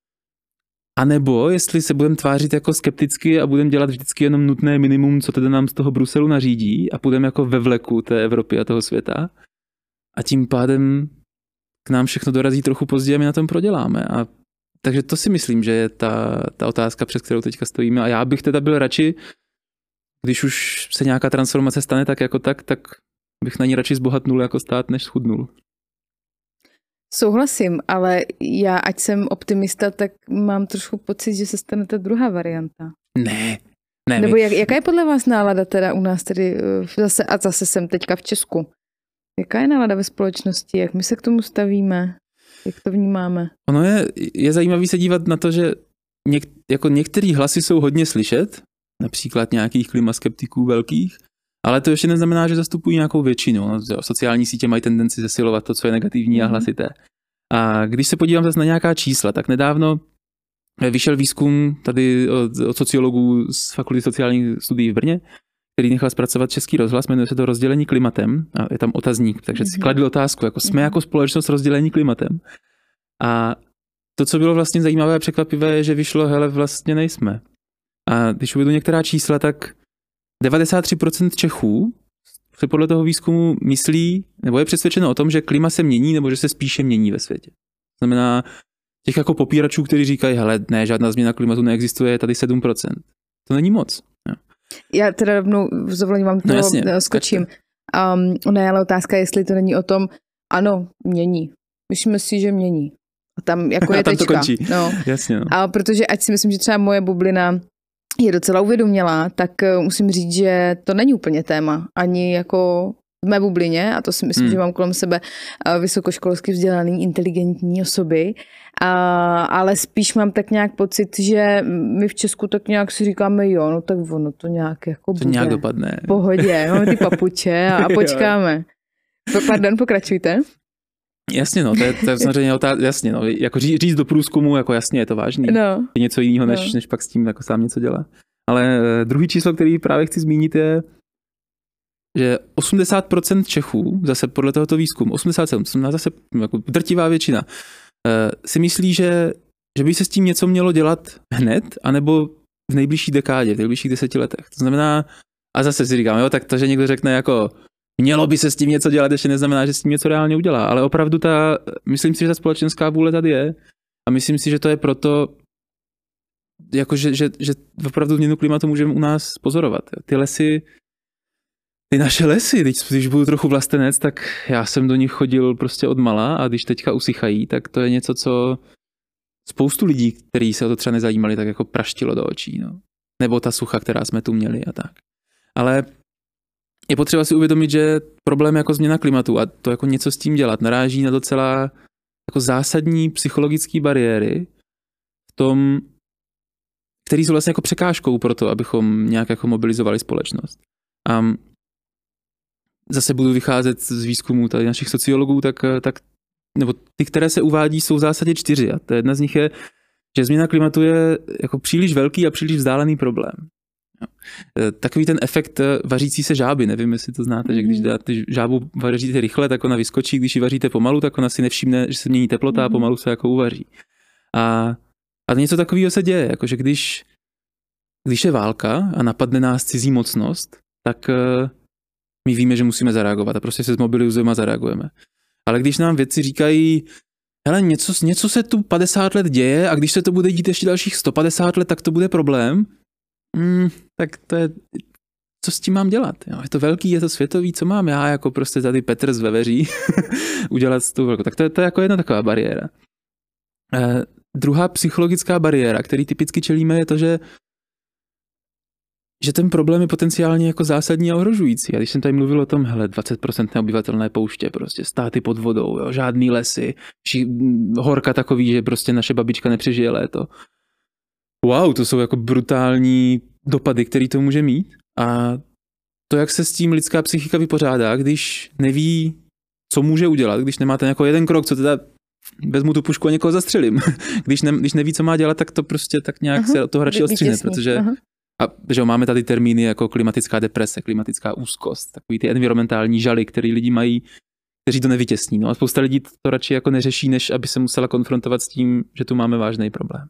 Speaker 2: a nebo jestli se budeme tvářit jako skepticky a budeme dělat vždycky jenom nutné minimum, co teda nám z toho Bruselu nařídí a půjdeme jako ve vleku té Evropy a toho světa a tím pádem k nám všechno dorazí trochu později a my na tom proděláme. A takže to si myslím, že je ta, ta otázka, přes kterou teďka stojíme. A já bych teda byl radši, když už se nějaká transformace stane tak jako tak, tak bych na ní radši zbohatnul jako stát, než schudnul.
Speaker 1: Souhlasím, ale já, ať jsem optimista, tak mám trošku pocit, že se stane ta druhá varianta.
Speaker 2: Ne, ne.
Speaker 1: Nebo jak, jaká je podle vás nálada teda u nás tedy zase, a zase jsem teďka v Česku. Jaká je nálada ve společnosti? Jak my se k tomu stavíme? Jak to vnímáme?
Speaker 2: Ono je, je zajímavé se dívat na to, že něk, jako některý hlasy jsou hodně slyšet, například nějakých klimaskeptiků velkých, ale to ještě neznamená, že zastupují nějakou většinu. No, sociální sítě mají tendenci zesilovat to, co je negativní mm. a hlasité. A když se podívám zase na nějaká čísla, tak nedávno vyšel výzkum tady od, od sociologů z Fakulty sociálních studií v Brně, který nechal zpracovat Český rozhlas, jmenuje se to Rozdělení klimatem a je tam otazník, takže si kladl otázku, jako jsme jako společnost rozdělení klimatem. A to, co bylo vlastně zajímavé a překvapivé, je, že vyšlo, hele, vlastně nejsme. A když uvedu některá čísla, tak devadesát tři procent Čechů se podle toho výzkumu myslí, nebo je přesvědčeno o tom, že klima se mění, nebo že se spíše mění ve světě. To znamená, těch jako popíračů, kteří říkají, hele, ne, žádná změna klimatu neexistuje, je tady sedm procent. To není moc. Jo.
Speaker 1: Já teda rovnou s dovolením vám to no skočím. Um, ne, ale otázka je, jestli to není o tom, ano, mění. Myslíme si, že mění. A tam jako je
Speaker 2: a tam
Speaker 1: tečka.
Speaker 2: To končí.
Speaker 1: No.
Speaker 2: Jasně, no.
Speaker 1: A protože ať si myslím, že třeba moje bublina je docela uvědomělá, tak musím říct, že to není úplně téma. Ani jako v mé bublině, a to si myslím, hmm. že mám kolem sebe vysokoškolsky vzdělaný, inteligentní osoby, a, ale spíš mám tak nějak pocit, že my v Česku tak nějak si říkáme, jo, no tak ono to nějak jako bude.
Speaker 2: To nějak dopadne.
Speaker 1: V pohodě, máme ty papuče a, a počkáme. Pardon, pokračujte.
Speaker 2: Jasně, no, to je, to je samozřejmě otázka, jasně, no, jako ří, říct do průzkumu, jako jasně, je to vážný.
Speaker 1: No.
Speaker 2: Je něco jiného, než,
Speaker 1: no.
Speaker 2: než pak s tím jako sám něco dělá. Ale uh, druhý číslo, který právě chci zmínit, je, že osmdesát procent Čechů, zase podle tohoto výzkumu, osmdesát sedm procent, zase jako drtivá většina, uh, si myslí, že, že by se s tím něco mělo dělat hned, anebo v nejbližší dekádě, v nejbližších deseti letech. To znamená, a zase si říkám, jo, tak to, že někdo řekne jako mělo by se s tím něco dělat, ještě neznamená, že s tím něco reálně udělá, ale opravdu ta, myslím si, že ta společenská vůle tady je a myslím si, že to je proto, jako že, že, že opravdu změnu klimatu můžeme u nás pozorovat. Ty lesy, ty naše lesy, když, když budu trochu vlastenec, tak já jsem do nich chodil prostě od mala a když teďka usychají, tak to je něco, co spoustu lidí, kteří se o to třeba nezajímali, tak jako praštilo do očí. No. Nebo ta sucha, která jsme tu měli a tak. Ale je potřeba si uvědomit, že problém jako změna klimatu a to jako něco s tím dělat naráží na docela jako zásadní psychologické bariéry v tom, který jsou vlastně jako překážkou pro to, abychom nějak jako mobilizovali společnost. A zase budu vycházet z výzkumů tady našich sociologů, tak, tak nebo ty, které se uvádí, jsou v zásadě čtyři. A to jedna z nich je, že změna klimatu je jako příliš velký a příliš vzdálený problém. Takový ten efekt vařící se žáby, nevím, jestli to znáte, mm. že když dáte žábu vaříte rychle, tak ona vyskočí, když ji vaříte pomalu, tak ona si nevšimne, že se mění teplota mm. a pomalu se jako uvaří. A, a něco takového se děje, jakože když, když je válka a napadne nás cizí mocnost, tak uh, my víme, že musíme zareagovat a prostě se zmobilizujeme a zareagujeme. Ale když nám vědci říkají, hele, něco, něco se tu padesát let děje a když se to bude dít ještě dalších sto padesát let, tak to bude problém, Mm, tak to je, co s tím mám dělat? Jo, je to velký, je to světový, co mám já jako prostě tady Petr z Veveří udělat s tou velkou. Tak to je, to je jako jedna taková bariéra. Eh, druhá psychologická bariéra, který typicky čelíme, je to, že, že ten problém je potenciálně jako zásadní a ohrožující. A když jsem tady mluvil o tom, hele, dvacet procent neobyvatelné pouště, prostě státy pod vodou, jo, žádný lesy, ši, horka takový, že prostě naše babička nepřežije léto. Wow, to jsou jako brutální dopady, který to může mít. A to, jak se s tím lidská psychika vypořádá, když neví, co může udělat, když nemáte jako jeden krok, co teda vezmu tu pušku a někoho zastřelím. když, ne, když neví, co má dělat, tak to prostě tak nějak aha, se od toho radši odstřihne, protože a, že máme tady termíny jako klimatická deprese, klimatická úzkost, takový ty environmentální žaly, které lidi mají, kteří to nevytěsní. No a spousta lidí to radši jako neřeší, než aby se musela konfrontovat s tím, že tu máme vážný problém.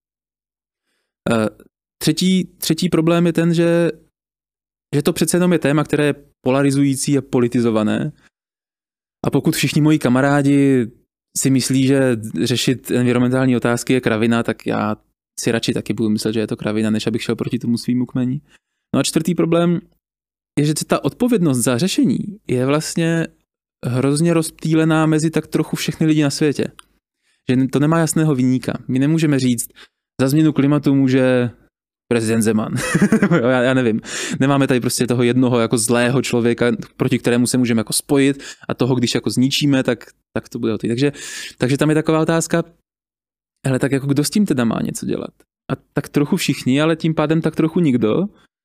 Speaker 2: Uh, třetí, třetí problém je ten, že, že to přece jenom je téma, které je polarizující a politizované. A pokud všichni moji kamarádi si myslí, že řešit environmentální otázky je kravina, tak já si radši taky budu myslet, že je to kravina, než abych šel proti tomu svýmu kmeni. No a čtvrtý problém je, že ta odpovědnost za řešení je vlastně hrozně rozptýlená mezi tak trochu všechny lidi na světě. Že to nemá jasného viníka. My nemůžeme říct, za změnu klimatu může prezident Zeman. já, já nevím. Nemáme tady prostě toho jednoho jako zlého člověka, proti kterému se můžeme jako spojit a toho, když jako zničíme, tak, tak to bude o to. Takže, takže tam je taková otázka, hele, tak jako kdo s tím teda má něco dělat? A tak trochu všichni, ale tím pádem tak trochu nikdo.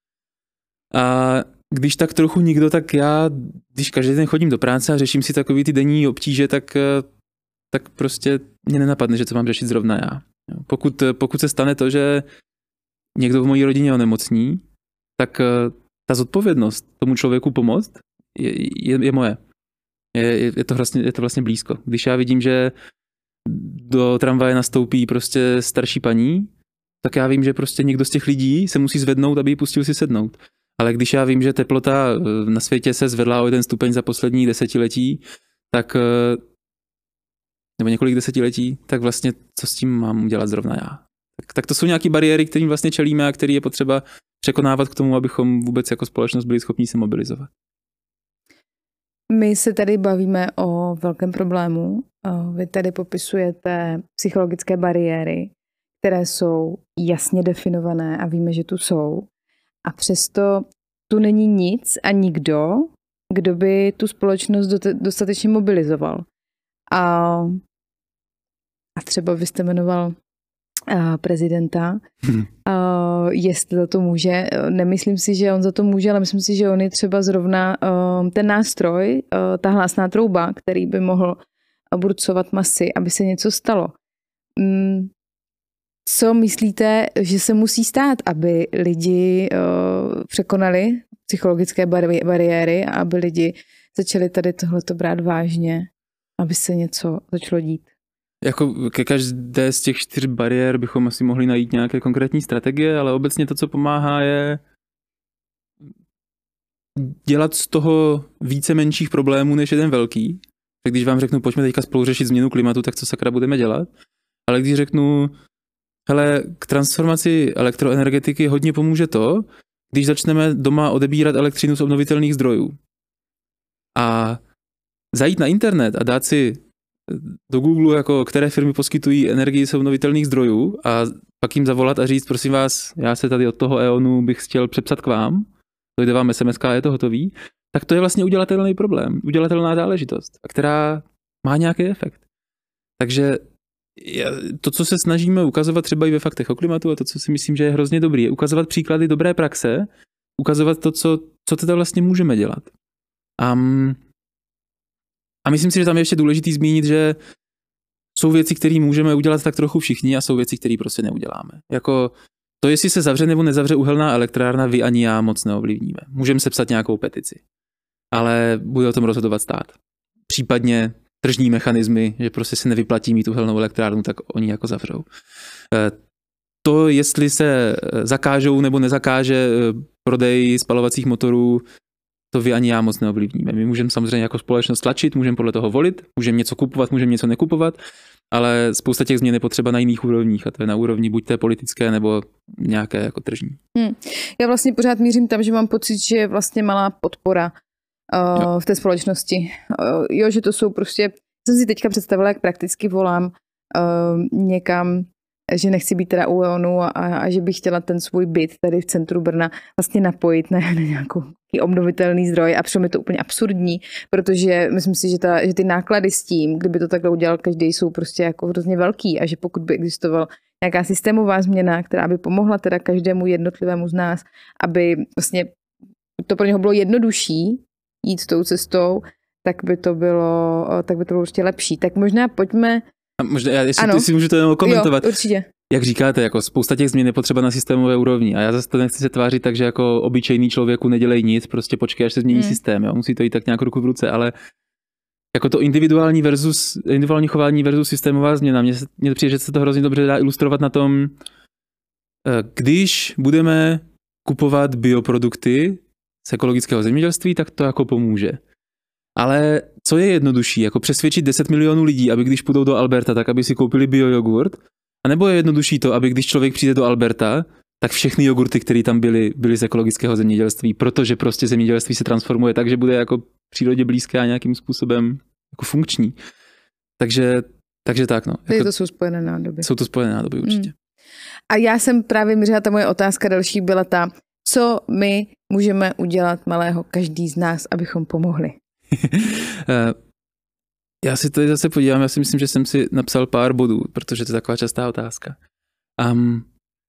Speaker 2: A když tak trochu nikdo, tak já, když každý den chodím do práce a řeším si takový ty denní obtíže, tak, tak prostě mě nenapadne, že to mám řešit zrovna já. Pokud, pokud se stane to, že někdo v mojí rodině onemocní, tak ta zodpovědnost tomu člověku pomoct je, je, je moje. Je, je, to vlastně, je to vlastně blízko. Když já vidím, že do tramvaje nastoupí prostě starší paní, tak já vím, že prostě někdo z těch lidí se musí zvednout, aby ji pustil si sednout. Ale když já vím, že teplota na světě se zvedla o jeden stupeň za poslední desetiletí, tak nebo několik desetiletí, tak vlastně co s tím mám dělat zrovna já. Tak, tak to jsou nějaké bariéry, kterým vlastně čelíme a které je potřeba překonávat k tomu, abychom vůbec jako společnost byli schopni se mobilizovat.
Speaker 1: My se tady bavíme o velkém problému. Vy tady popisujete psychologické bariéry, které jsou jasně definované a víme, že tu jsou. A přesto tu není nic a nikdo, kdo by tu společnost dostatečně mobilizoval. A, a třeba byste jmenoval a, prezidenta, hmm. a, jestli za to může. Nemyslím si, že on za to může, ale myslím si, že on je třeba zrovna a, ten nástroj, a, ta hlásná trouba, který by mohl burcovat masy, aby se něco stalo. Mm, co myslíte, že se musí stát, aby lidi uh, překonali psychologické bari- bariéry a aby lidi začali tady tohleto brát vážně, aby se něco začalo dít?
Speaker 2: Jako ke každé z těch čtyř bariér bychom asi mohli najít nějaké konkrétní strategie, ale obecně to, co pomáhá, je dělat z toho více menších problémů než jeden velký. Tak když vám řeknu, pojďme teďka spolu řešit změnu klimatu, tak co sakra budeme dělat? Ale když řeknu, hele, k transformaci elektroenergetiky hodně pomůže to, když začneme doma odebírat elektřinu z obnovitelných zdrojů. A zajít na internet a dát si do Google, jako které firmy poskytují energii z obnovitelných zdrojů a pak jim zavolat a říct, prosím vás, já se tady od toho E.ONu bych chtěl přepsat k vám, dojde vám es em eska a je to hotový, tak to je vlastně udělatelný problém, udělatelná záležitost, která má nějaký efekt. Takže to, co se snažíme ukazovat třeba i ve faktech o klimatu a to, co si myslím, že je hrozně dobrý, je ukazovat příklady dobré praxe, ukazovat to, co, co teda vlastně můžeme dělat. Um, a myslím si, že tam je ještě důležitý zmínit, že jsou věci, které můžeme udělat tak trochu všichni a jsou věci, které prostě neuděláme. Jako to, jestli se zavře nebo nezavře uhelná elektrárna, vy ani já moc neovlivníme. Můžeme sepsat nějakou petici, ale bude o tom rozhodovat stát. Případně tržní mechanismy, že prostě se nevyplatí mít uhelnou elektrárnu, tak oni jako zavřou. To, jestli se zakážou nebo nezakáže prodej spalovacích motorů, to vy ani já moc neovlivníme. My můžeme samozřejmě jako společnost tlačit, můžeme podle toho volit, můžeme něco kupovat, můžeme něco nekupovat, ale spousta těch změn je potřeba na jiných úrovních a to je na úrovni buď té politické nebo nějaké jako tržní. Hmm.
Speaker 1: Já vlastně pořád mířím tam, že mám pocit, že je vlastně malá podpora uh, v té společnosti. Uh, jo, že to jsou prostě, jsem si teďka představila, jak prakticky volám uh, někam, že nechci být teda u E.ONu a, a že bych chtěla ten svůj byt tady v centru Brna vlastně napojit na, na nějakou obnovitelný zdroj a přitom je to úplně absurdní, protože myslím si, že, ta, že ty náklady s tím, kdyby to takhle udělal každý, jsou prostě jako hrozně velký a že pokud by existoval nějaká systémová změna, která by pomohla teda každému jednotlivému z nás, aby vlastně to pro něho bylo jednodušší jít tou cestou, tak by to bylo, tak by to bylo určitě lepší. Tak možná pojďme.
Speaker 2: A možná, já, jestli ty si můžu to jenom komentovat.
Speaker 1: Jo, určitě.
Speaker 2: Jak říkáte, jako spousta těch změn je potřeba na systémové úrovni a já zase to nechci se tvářit tak, že jako obyčejný člověku nedělej nic, prostě počkej, až se změní hmm. systém, jo? Musí to jít tak nějak ruku v ruce, ale jako to individuální versus, individuální chování versus systémová změna, mně, mně přijde, že se to hrozně dobře dá ilustrovat na tom, když budeme kupovat bioprodukty z ekologického zemědělství, tak to jako pomůže. Ale co je jednodušší, jako přesvědčit deset milionů lidí, aby když půjdou do Alberta, tak aby si koupili biojogurt, a nebo je jednodušší to, aby když člověk přijde do Alberta, tak všechny jogurty, které tam byly, byly z ekologického zemědělství, protože prostě zemědělství se transformuje tak, že bude jako přírodě blízké a nějakým způsobem jako funkční. Takže, takže tak, no. Jako,
Speaker 1: to jsou spojené nádoby.
Speaker 2: Jsou to spojené nádoby, určitě. Hmm.
Speaker 1: A já jsem právě mířila, ta moje otázka další byla ta, co my můžeme udělat malého každý z nás, abychom pomohli.
Speaker 2: Já si tady zase podívám, já si myslím, že jsem si napsal pár bodů, protože to je taková častá otázka. Um,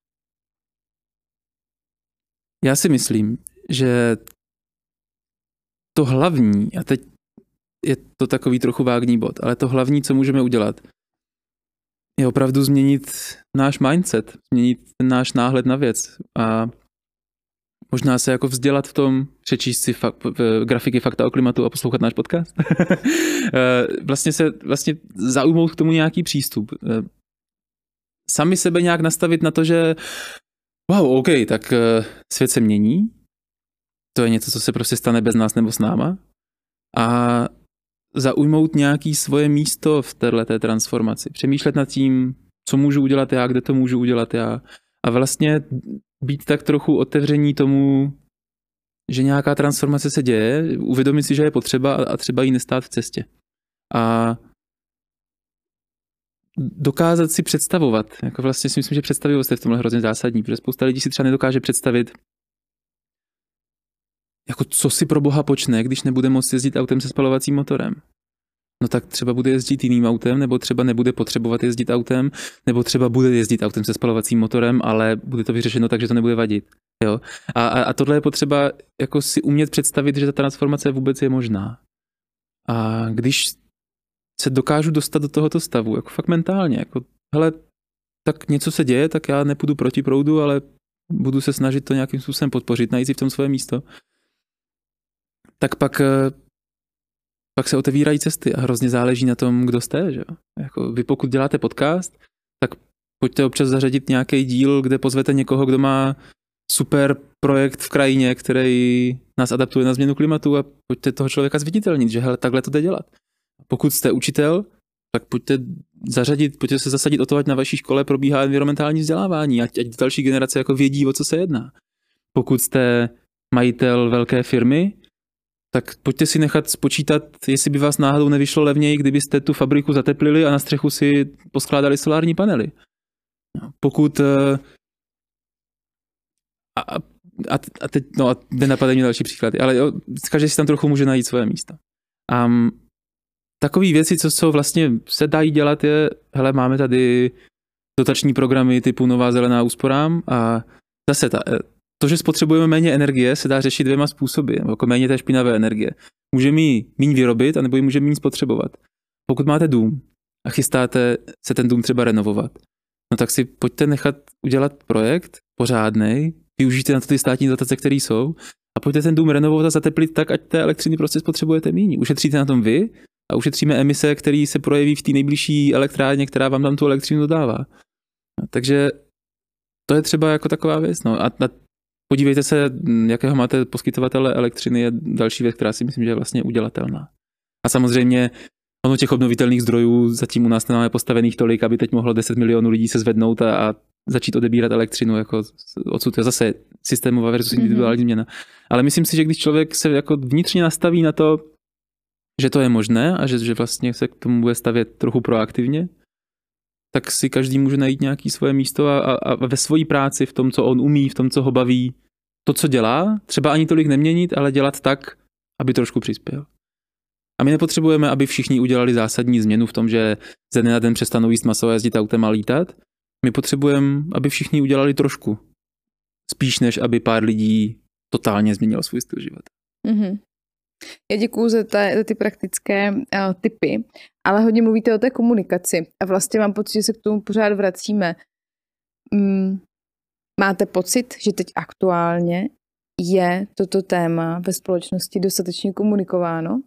Speaker 2: já si myslím, že to hlavní, a teď je to takový trochu vágní bod, ale to hlavní, co můžeme udělat, je opravdu změnit náš mindset, změnit ten náš náhled na věc a možná se jako vzdělat v tom, přečíst si fak- grafiky Fakta o klimatu a poslouchat náš podcast. vlastně se vlastně zaujmout k tomu nějaký přístup. Sami sebe nějak nastavit na to, že wow, OK, tak svět se mění. To je něco, co se prostě stane bez nás nebo s náma. A zaujmout nějaký svoje místo v téhleté transformaci. Přemýšlet nad tím, co můžu udělat já, kde to můžu udělat já. A vlastně být tak trochu otevření tomu, že nějaká transformace se děje, uvědomit si, že je potřeba a třeba jí nestát v cestě. A dokázat si představovat, jako vlastně si myslím, že představivost je v tomhle hrozně zásadní, protože spousta lidí si třeba nedokáže představit, jako co si pro boha počne, když nebude moct jezdit autem se spalovacím motorem. No tak třeba bude jezdit jiným autem, nebo třeba nebude potřebovat jezdit autem, nebo třeba bude jezdit autem se spalovacím motorem, ale bude to vyřešeno tak, že to nebude vadit. Jo? A, a, a tohle je potřeba jako si umět představit, že ta transformace vůbec je možná. A když se dokážu dostat do tohoto stavu, jako fakt mentálně, jako hele, tak něco se děje, tak já nepůjdu proti proudu, ale budu se snažit to nějakým způsobem podpořit, najít si v tom svoje místo. Tak pak, pak se otevírají cesty a hrozně záleží na tom, kdo jste, že? Jako vy pokud děláte podcast, tak pojďte občas zařadit nějaký díl, kde pozvete někoho, kdo má super projekt v krajině, který nás adaptuje na změnu klimatu a pojďte toho člověka zviditelnit, že hele, takhle to jde dělat. Pokud jste učitel, tak pojďte zařadit, pojďte se zasadit o to, ať na vaší škole probíhá environmentální vzdělávání, ať, ať další generace jako vědí, o co se jedná. Pokud jste majitel velké firmy, tak pojďte si nechat spočítat, jestli by vás náhodou nevyšlo levněji, kdybyste tu fabriku zateplili a na střechu si poskládali solární panely. Pokud a, a, a teď, no a nenapadají mě další příklady, ale jo, každý si tam trochu může najít svoje místo. A um, takové věci, co, co vlastně se dají dělat, je, hele, máme tady dotační programy typu Nová zelená úsporám a zase ta, to, že spotřebujeme méně energie, se dá řešit dvěma způsoby, jako méně té špinavé energie. Můžeme ji míň vyrobit, anebo ji můžeme míň spotřebovat. Pokud máte dům a chystáte se ten dům třeba renovovat, no tak si pojďte nechat udělat projekt pořádnej, využijte na to ty státní dotace, které jsou, a pojďte ten dům renovovat a zateplit tak, ať té elektřiny prostě spotřebujete míň. Ušetříte na tom vy a ušetříme emise, které se projeví v té nejbližší elektrárně, která vám tam tu elektřinu dodává. No, takže to je třeba jako taková věc. No. A, a podívejte se, jakého máte poskytovatele elektřiny, je další věc, která si myslím, že je vlastně udělatelná. A samozřejmě ono těch obnovitelných zdrojů zatím u nás nemáme postavených tolik, aby teď mohlo deset milionů lidí se zvednout a, a začít odebírat elektřinu, jako odsud je zase systémová versus individuální mm-hmm. změna. Ale myslím si, že když člověk se jako vnitřně nastaví na to, že to je možné a že, že vlastně se k tomu bude stavět trochu proaktivně, tak si každý může najít nějaké svoje místo a, a, a ve své práci, v tom, co on umí, v tom, co ho baví, to, co dělá, třeba ani tolik neměnit, ale dělat tak, aby trošku přispěl. A my nepotřebujeme, aby všichni udělali zásadní změnu v tom, že ze dne na den přestanou jíst maso a jezdit autem a lítat. My potřebujeme, aby všichni udělali trošku. Spíš, než aby pár lidí totálně změnilo svůj styl života.
Speaker 1: Mm-hmm. Já děkuju za, ta, za ty praktické uh, tipy, ale hodně mluvíte o té komunikaci a vlastně mám pocit, že se k tomu pořád vracíme. Mm, máte pocit, že teď aktuálně je toto téma ve společnosti dostatečně komunikováno?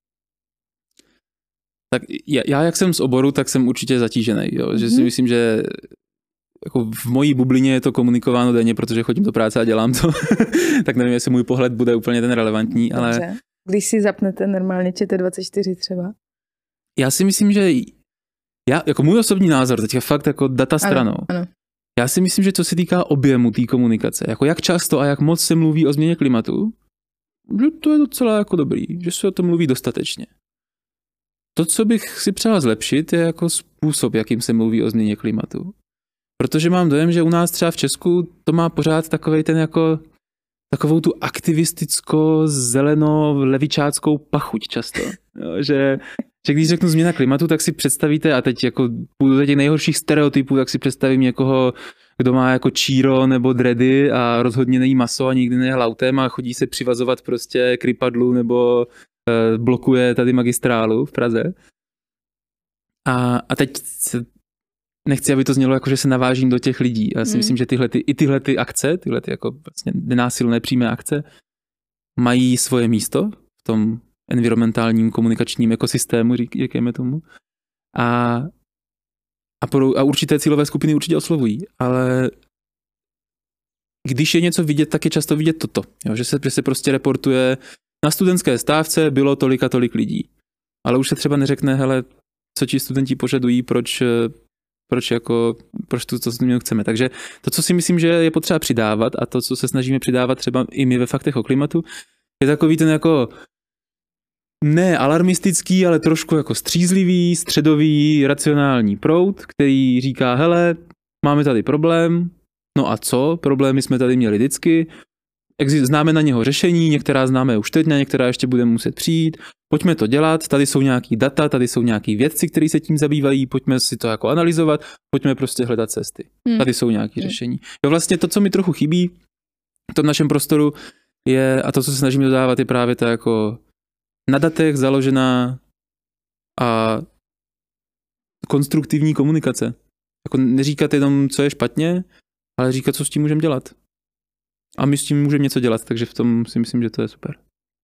Speaker 2: Tak já, já jak jsem z oboru, tak jsem určitě zatížený. Jo? Mm-hmm. Že si myslím, že jako v mojí bublině je to komunikováno denně, protože chodím do práce a dělám to. Tak nevím, jestli můj pohled bude úplně ten relevantní.
Speaker 1: Dobře.
Speaker 2: Ale
Speaker 1: když si zapnete normálně Č T dvacet čtyři třeba?
Speaker 2: Já si myslím, že já, jako můj osobní názor, teď je fakt jako data stranou.
Speaker 1: Ano, ano.
Speaker 2: Já si myslím, že co se týká objemu té komunikace, jako jak často a jak moc se mluví o změně klimatu, že to je docela jako dobrý, že se o tom mluví dostatečně. To, co bych si přál zlepšit, je jako způsob, jakým se mluví o změně klimatu. Protože mám dojem, že u nás třeba v Česku to má pořád takovej ten jako takovou tu aktivisticko-zeleno-levičáckou pachuť často. Jo, že, že když řeknu změna klimatu, tak si představíte, a teď jako půjdu do těch nejhorších stereotypů, tak si představím někoho, kdo má jako číro nebo dready a rozhodně nejí maso a nikdy nejel autem a chodí se přivazovat prostě k rypadlu nebo eh, blokuje tady magistrálu v Praze. A, a teď se nechci, aby to znělo jako, že se navážím do těch lidí. Já si mm. myslím, že tyhle ty, i tyhle ty akce, tyhle ty jako vlastně nenásilné přímé akce mají svoje místo v tom environmentálním komunikačním ekosystému, říkejme tomu. A, a, pro, a určité cílové skupiny určitě oslovují. Ale když je něco vidět, tak je často vidět toto. Jo? Že, se, že se prostě reportuje, na studentské stávce bylo tolik a tolik lidí. Ale už se třeba neřekne, hele, co ti studenti požadují, proč proč jako, proč tu, to změnu chceme. Takže to, co si myslím, že je potřeba přidávat a to, co se snažíme přidávat třeba i my ve faktech o klimatu, je takový ten jako ne alarmistický, ale trošku jako střízlivý, středový, racionální proud, který říká, hele, máme tady problém, no a co? Problémy jsme tady měli vždycky, známe na něho řešení, některá známe už teď, na některá ještě budeme muset přijít, pojďme to dělat, tady jsou nějaký data, tady jsou nějaký vědci, kteří se tím zabývají, pojďme si to jako analyzovat, pojďme prostě hledat cesty. Hmm. Tady jsou nějaké hmm. řešení. Jo, vlastně to, co mi trochu chybí v tom našem prostoru je, a to, co se snažíme dodávat, je právě ta jako na datech založená a konstruktivní komunikace. Jako neříkat jenom, co je špatně, ale říkat, co s tím můžeme dělat. A my s tím můžeme něco dělat, takže v tom si myslím, že to je super.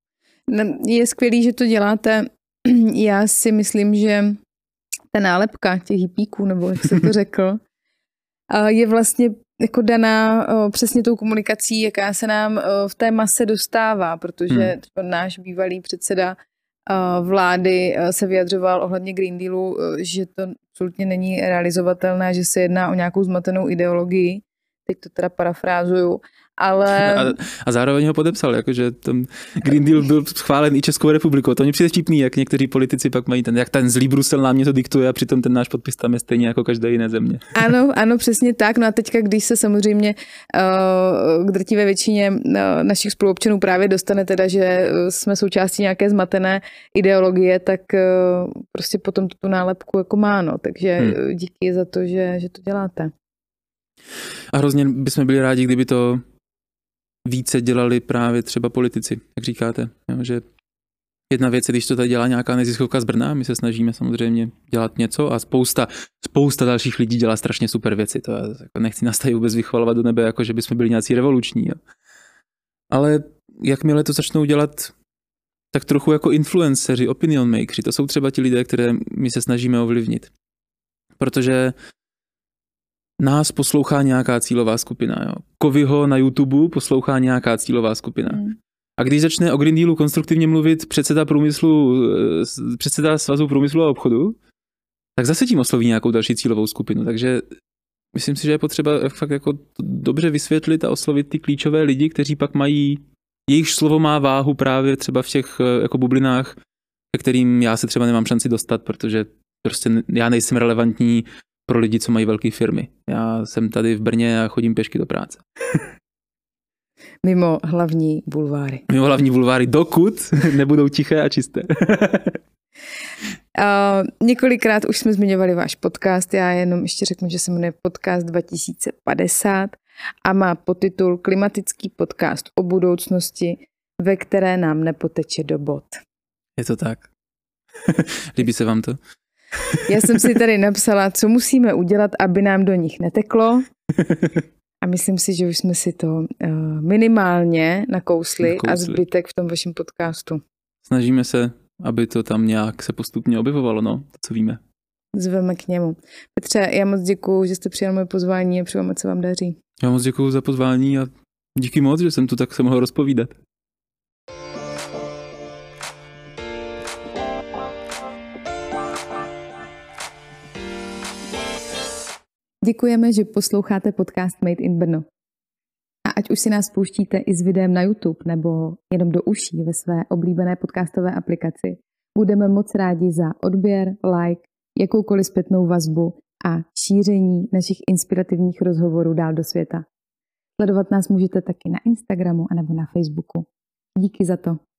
Speaker 1: Je skvělý, že to děláte. Já si myslím, že ta nálepka těch hippíků, nebo jak se to řekl, je vlastně jako daná přesně tou komunikací, jaká se nám v té mase dostává, protože hmm. náš bývalý předseda vlády se vyjadřoval ohledně Green Dealu, že to absolutně není realizovatelné, že se jedná o nějakou zmatenou ideologii. Teď to teda parafrázuju. Ale...
Speaker 2: A, a zároveň ho podepsal, jakože ten Green Deal byl schválen i Českou republikou. To mě přijde vtipný, jak někteří politici pak mají ten, jak ten zlý Brusel nám něco diktuje a přitom ten náš podpis tam je stejně jako každé jiné země.
Speaker 1: Ano, ano, přesně tak. No a teďka, když se samozřejmě uh, k drtivé většině uh, našich spoluobčanů právě dostane teda, že jsme součástí nějaké zmatené ideologie, tak uh, prostě potom tu nálepku jako má, no. Takže hmm. díky za to, že, že to děláte.
Speaker 2: A hrozně bychom byli rádi, kdyby to více dělali právě třeba politici, jak říkáte. Jo, že jedna věc je, když to tady dělá nějaká neziskovka z Brna, my se snažíme samozřejmě dělat něco a spousta, spousta dalších lidí dělá strašně super věci. To já jako nechci nás tady vůbec vychvalovat do nebe, jako že bychom byli nějací revoluční. Jo. Ale jakmile to začnou dělat tak trochu jako influenceři, opinion makeri, to jsou třeba ti lidé, které my se snažíme ovlivnit. Protože nás poslouchá nějaká cílová skupina. Jo. Kovyho na YouTube poslouchá nějaká cílová skupina. Hmm. A když začne o Green Dealu konstruktivně mluvit předseda průmyslu, předseda Svazu průmyslu a obchodu, tak zase tím osloví nějakou další cílovou skupinu. Takže myslím si, že je potřeba fakt jako dobře vysvětlit a oslovit ty klíčové lidi, kteří pak mají, jejich slovo má váhu právě třeba v těch jako bublinách, ke kterým já se třeba nemám šanci dostat, protože prostě já nejsem relevantní pro lidi, co mají velké firmy. Já jsem tady v Brně a chodím pěšky do práce.
Speaker 1: Mimo hlavní bulváry.
Speaker 2: Mimo hlavní bulváry, dokud nebudou tiché a čisté.
Speaker 1: uh, několikrát už jsme zmiňovali váš podcast. Já jenom ještě řeknu, že se jmenuje Podcast dva tisíce padesát a má podtitul Klimatický podcast o budoucnosti, ve které nám nepoteče do bod.
Speaker 2: Je to tak. Líbí se vám to?
Speaker 1: Já jsem si tady napsala, co musíme udělat, aby nám do nich neteklo. A myslím si, že už jsme si to uh, minimálně nakousli, nakousli a zbytek v tom vašem podcastu.
Speaker 2: Snažíme se, aby to tam nějak se postupně objevovalo, no, to, co víme.
Speaker 1: Zveme k němu. Petře, já moc děkuju, že jste přijal moje pozvání a přeju, ať se vám daří.
Speaker 2: Já moc děkuju za pozvání a díky moc, že jsem tu tak se mohl rozpovídat.
Speaker 1: Děkujeme, že posloucháte podcast Made in Brno. A ať už si nás pouštíte i s videem na YouTube nebo jenom do uší ve své oblíbené podcastové aplikaci, budeme moc rádi za odběr, like, jakoukoliv zpětnou vazbu a šíření našich inspirativních rozhovorů dál do světa. Sledovat nás můžete taky na Instagramu anebo na Facebooku. Díky za to.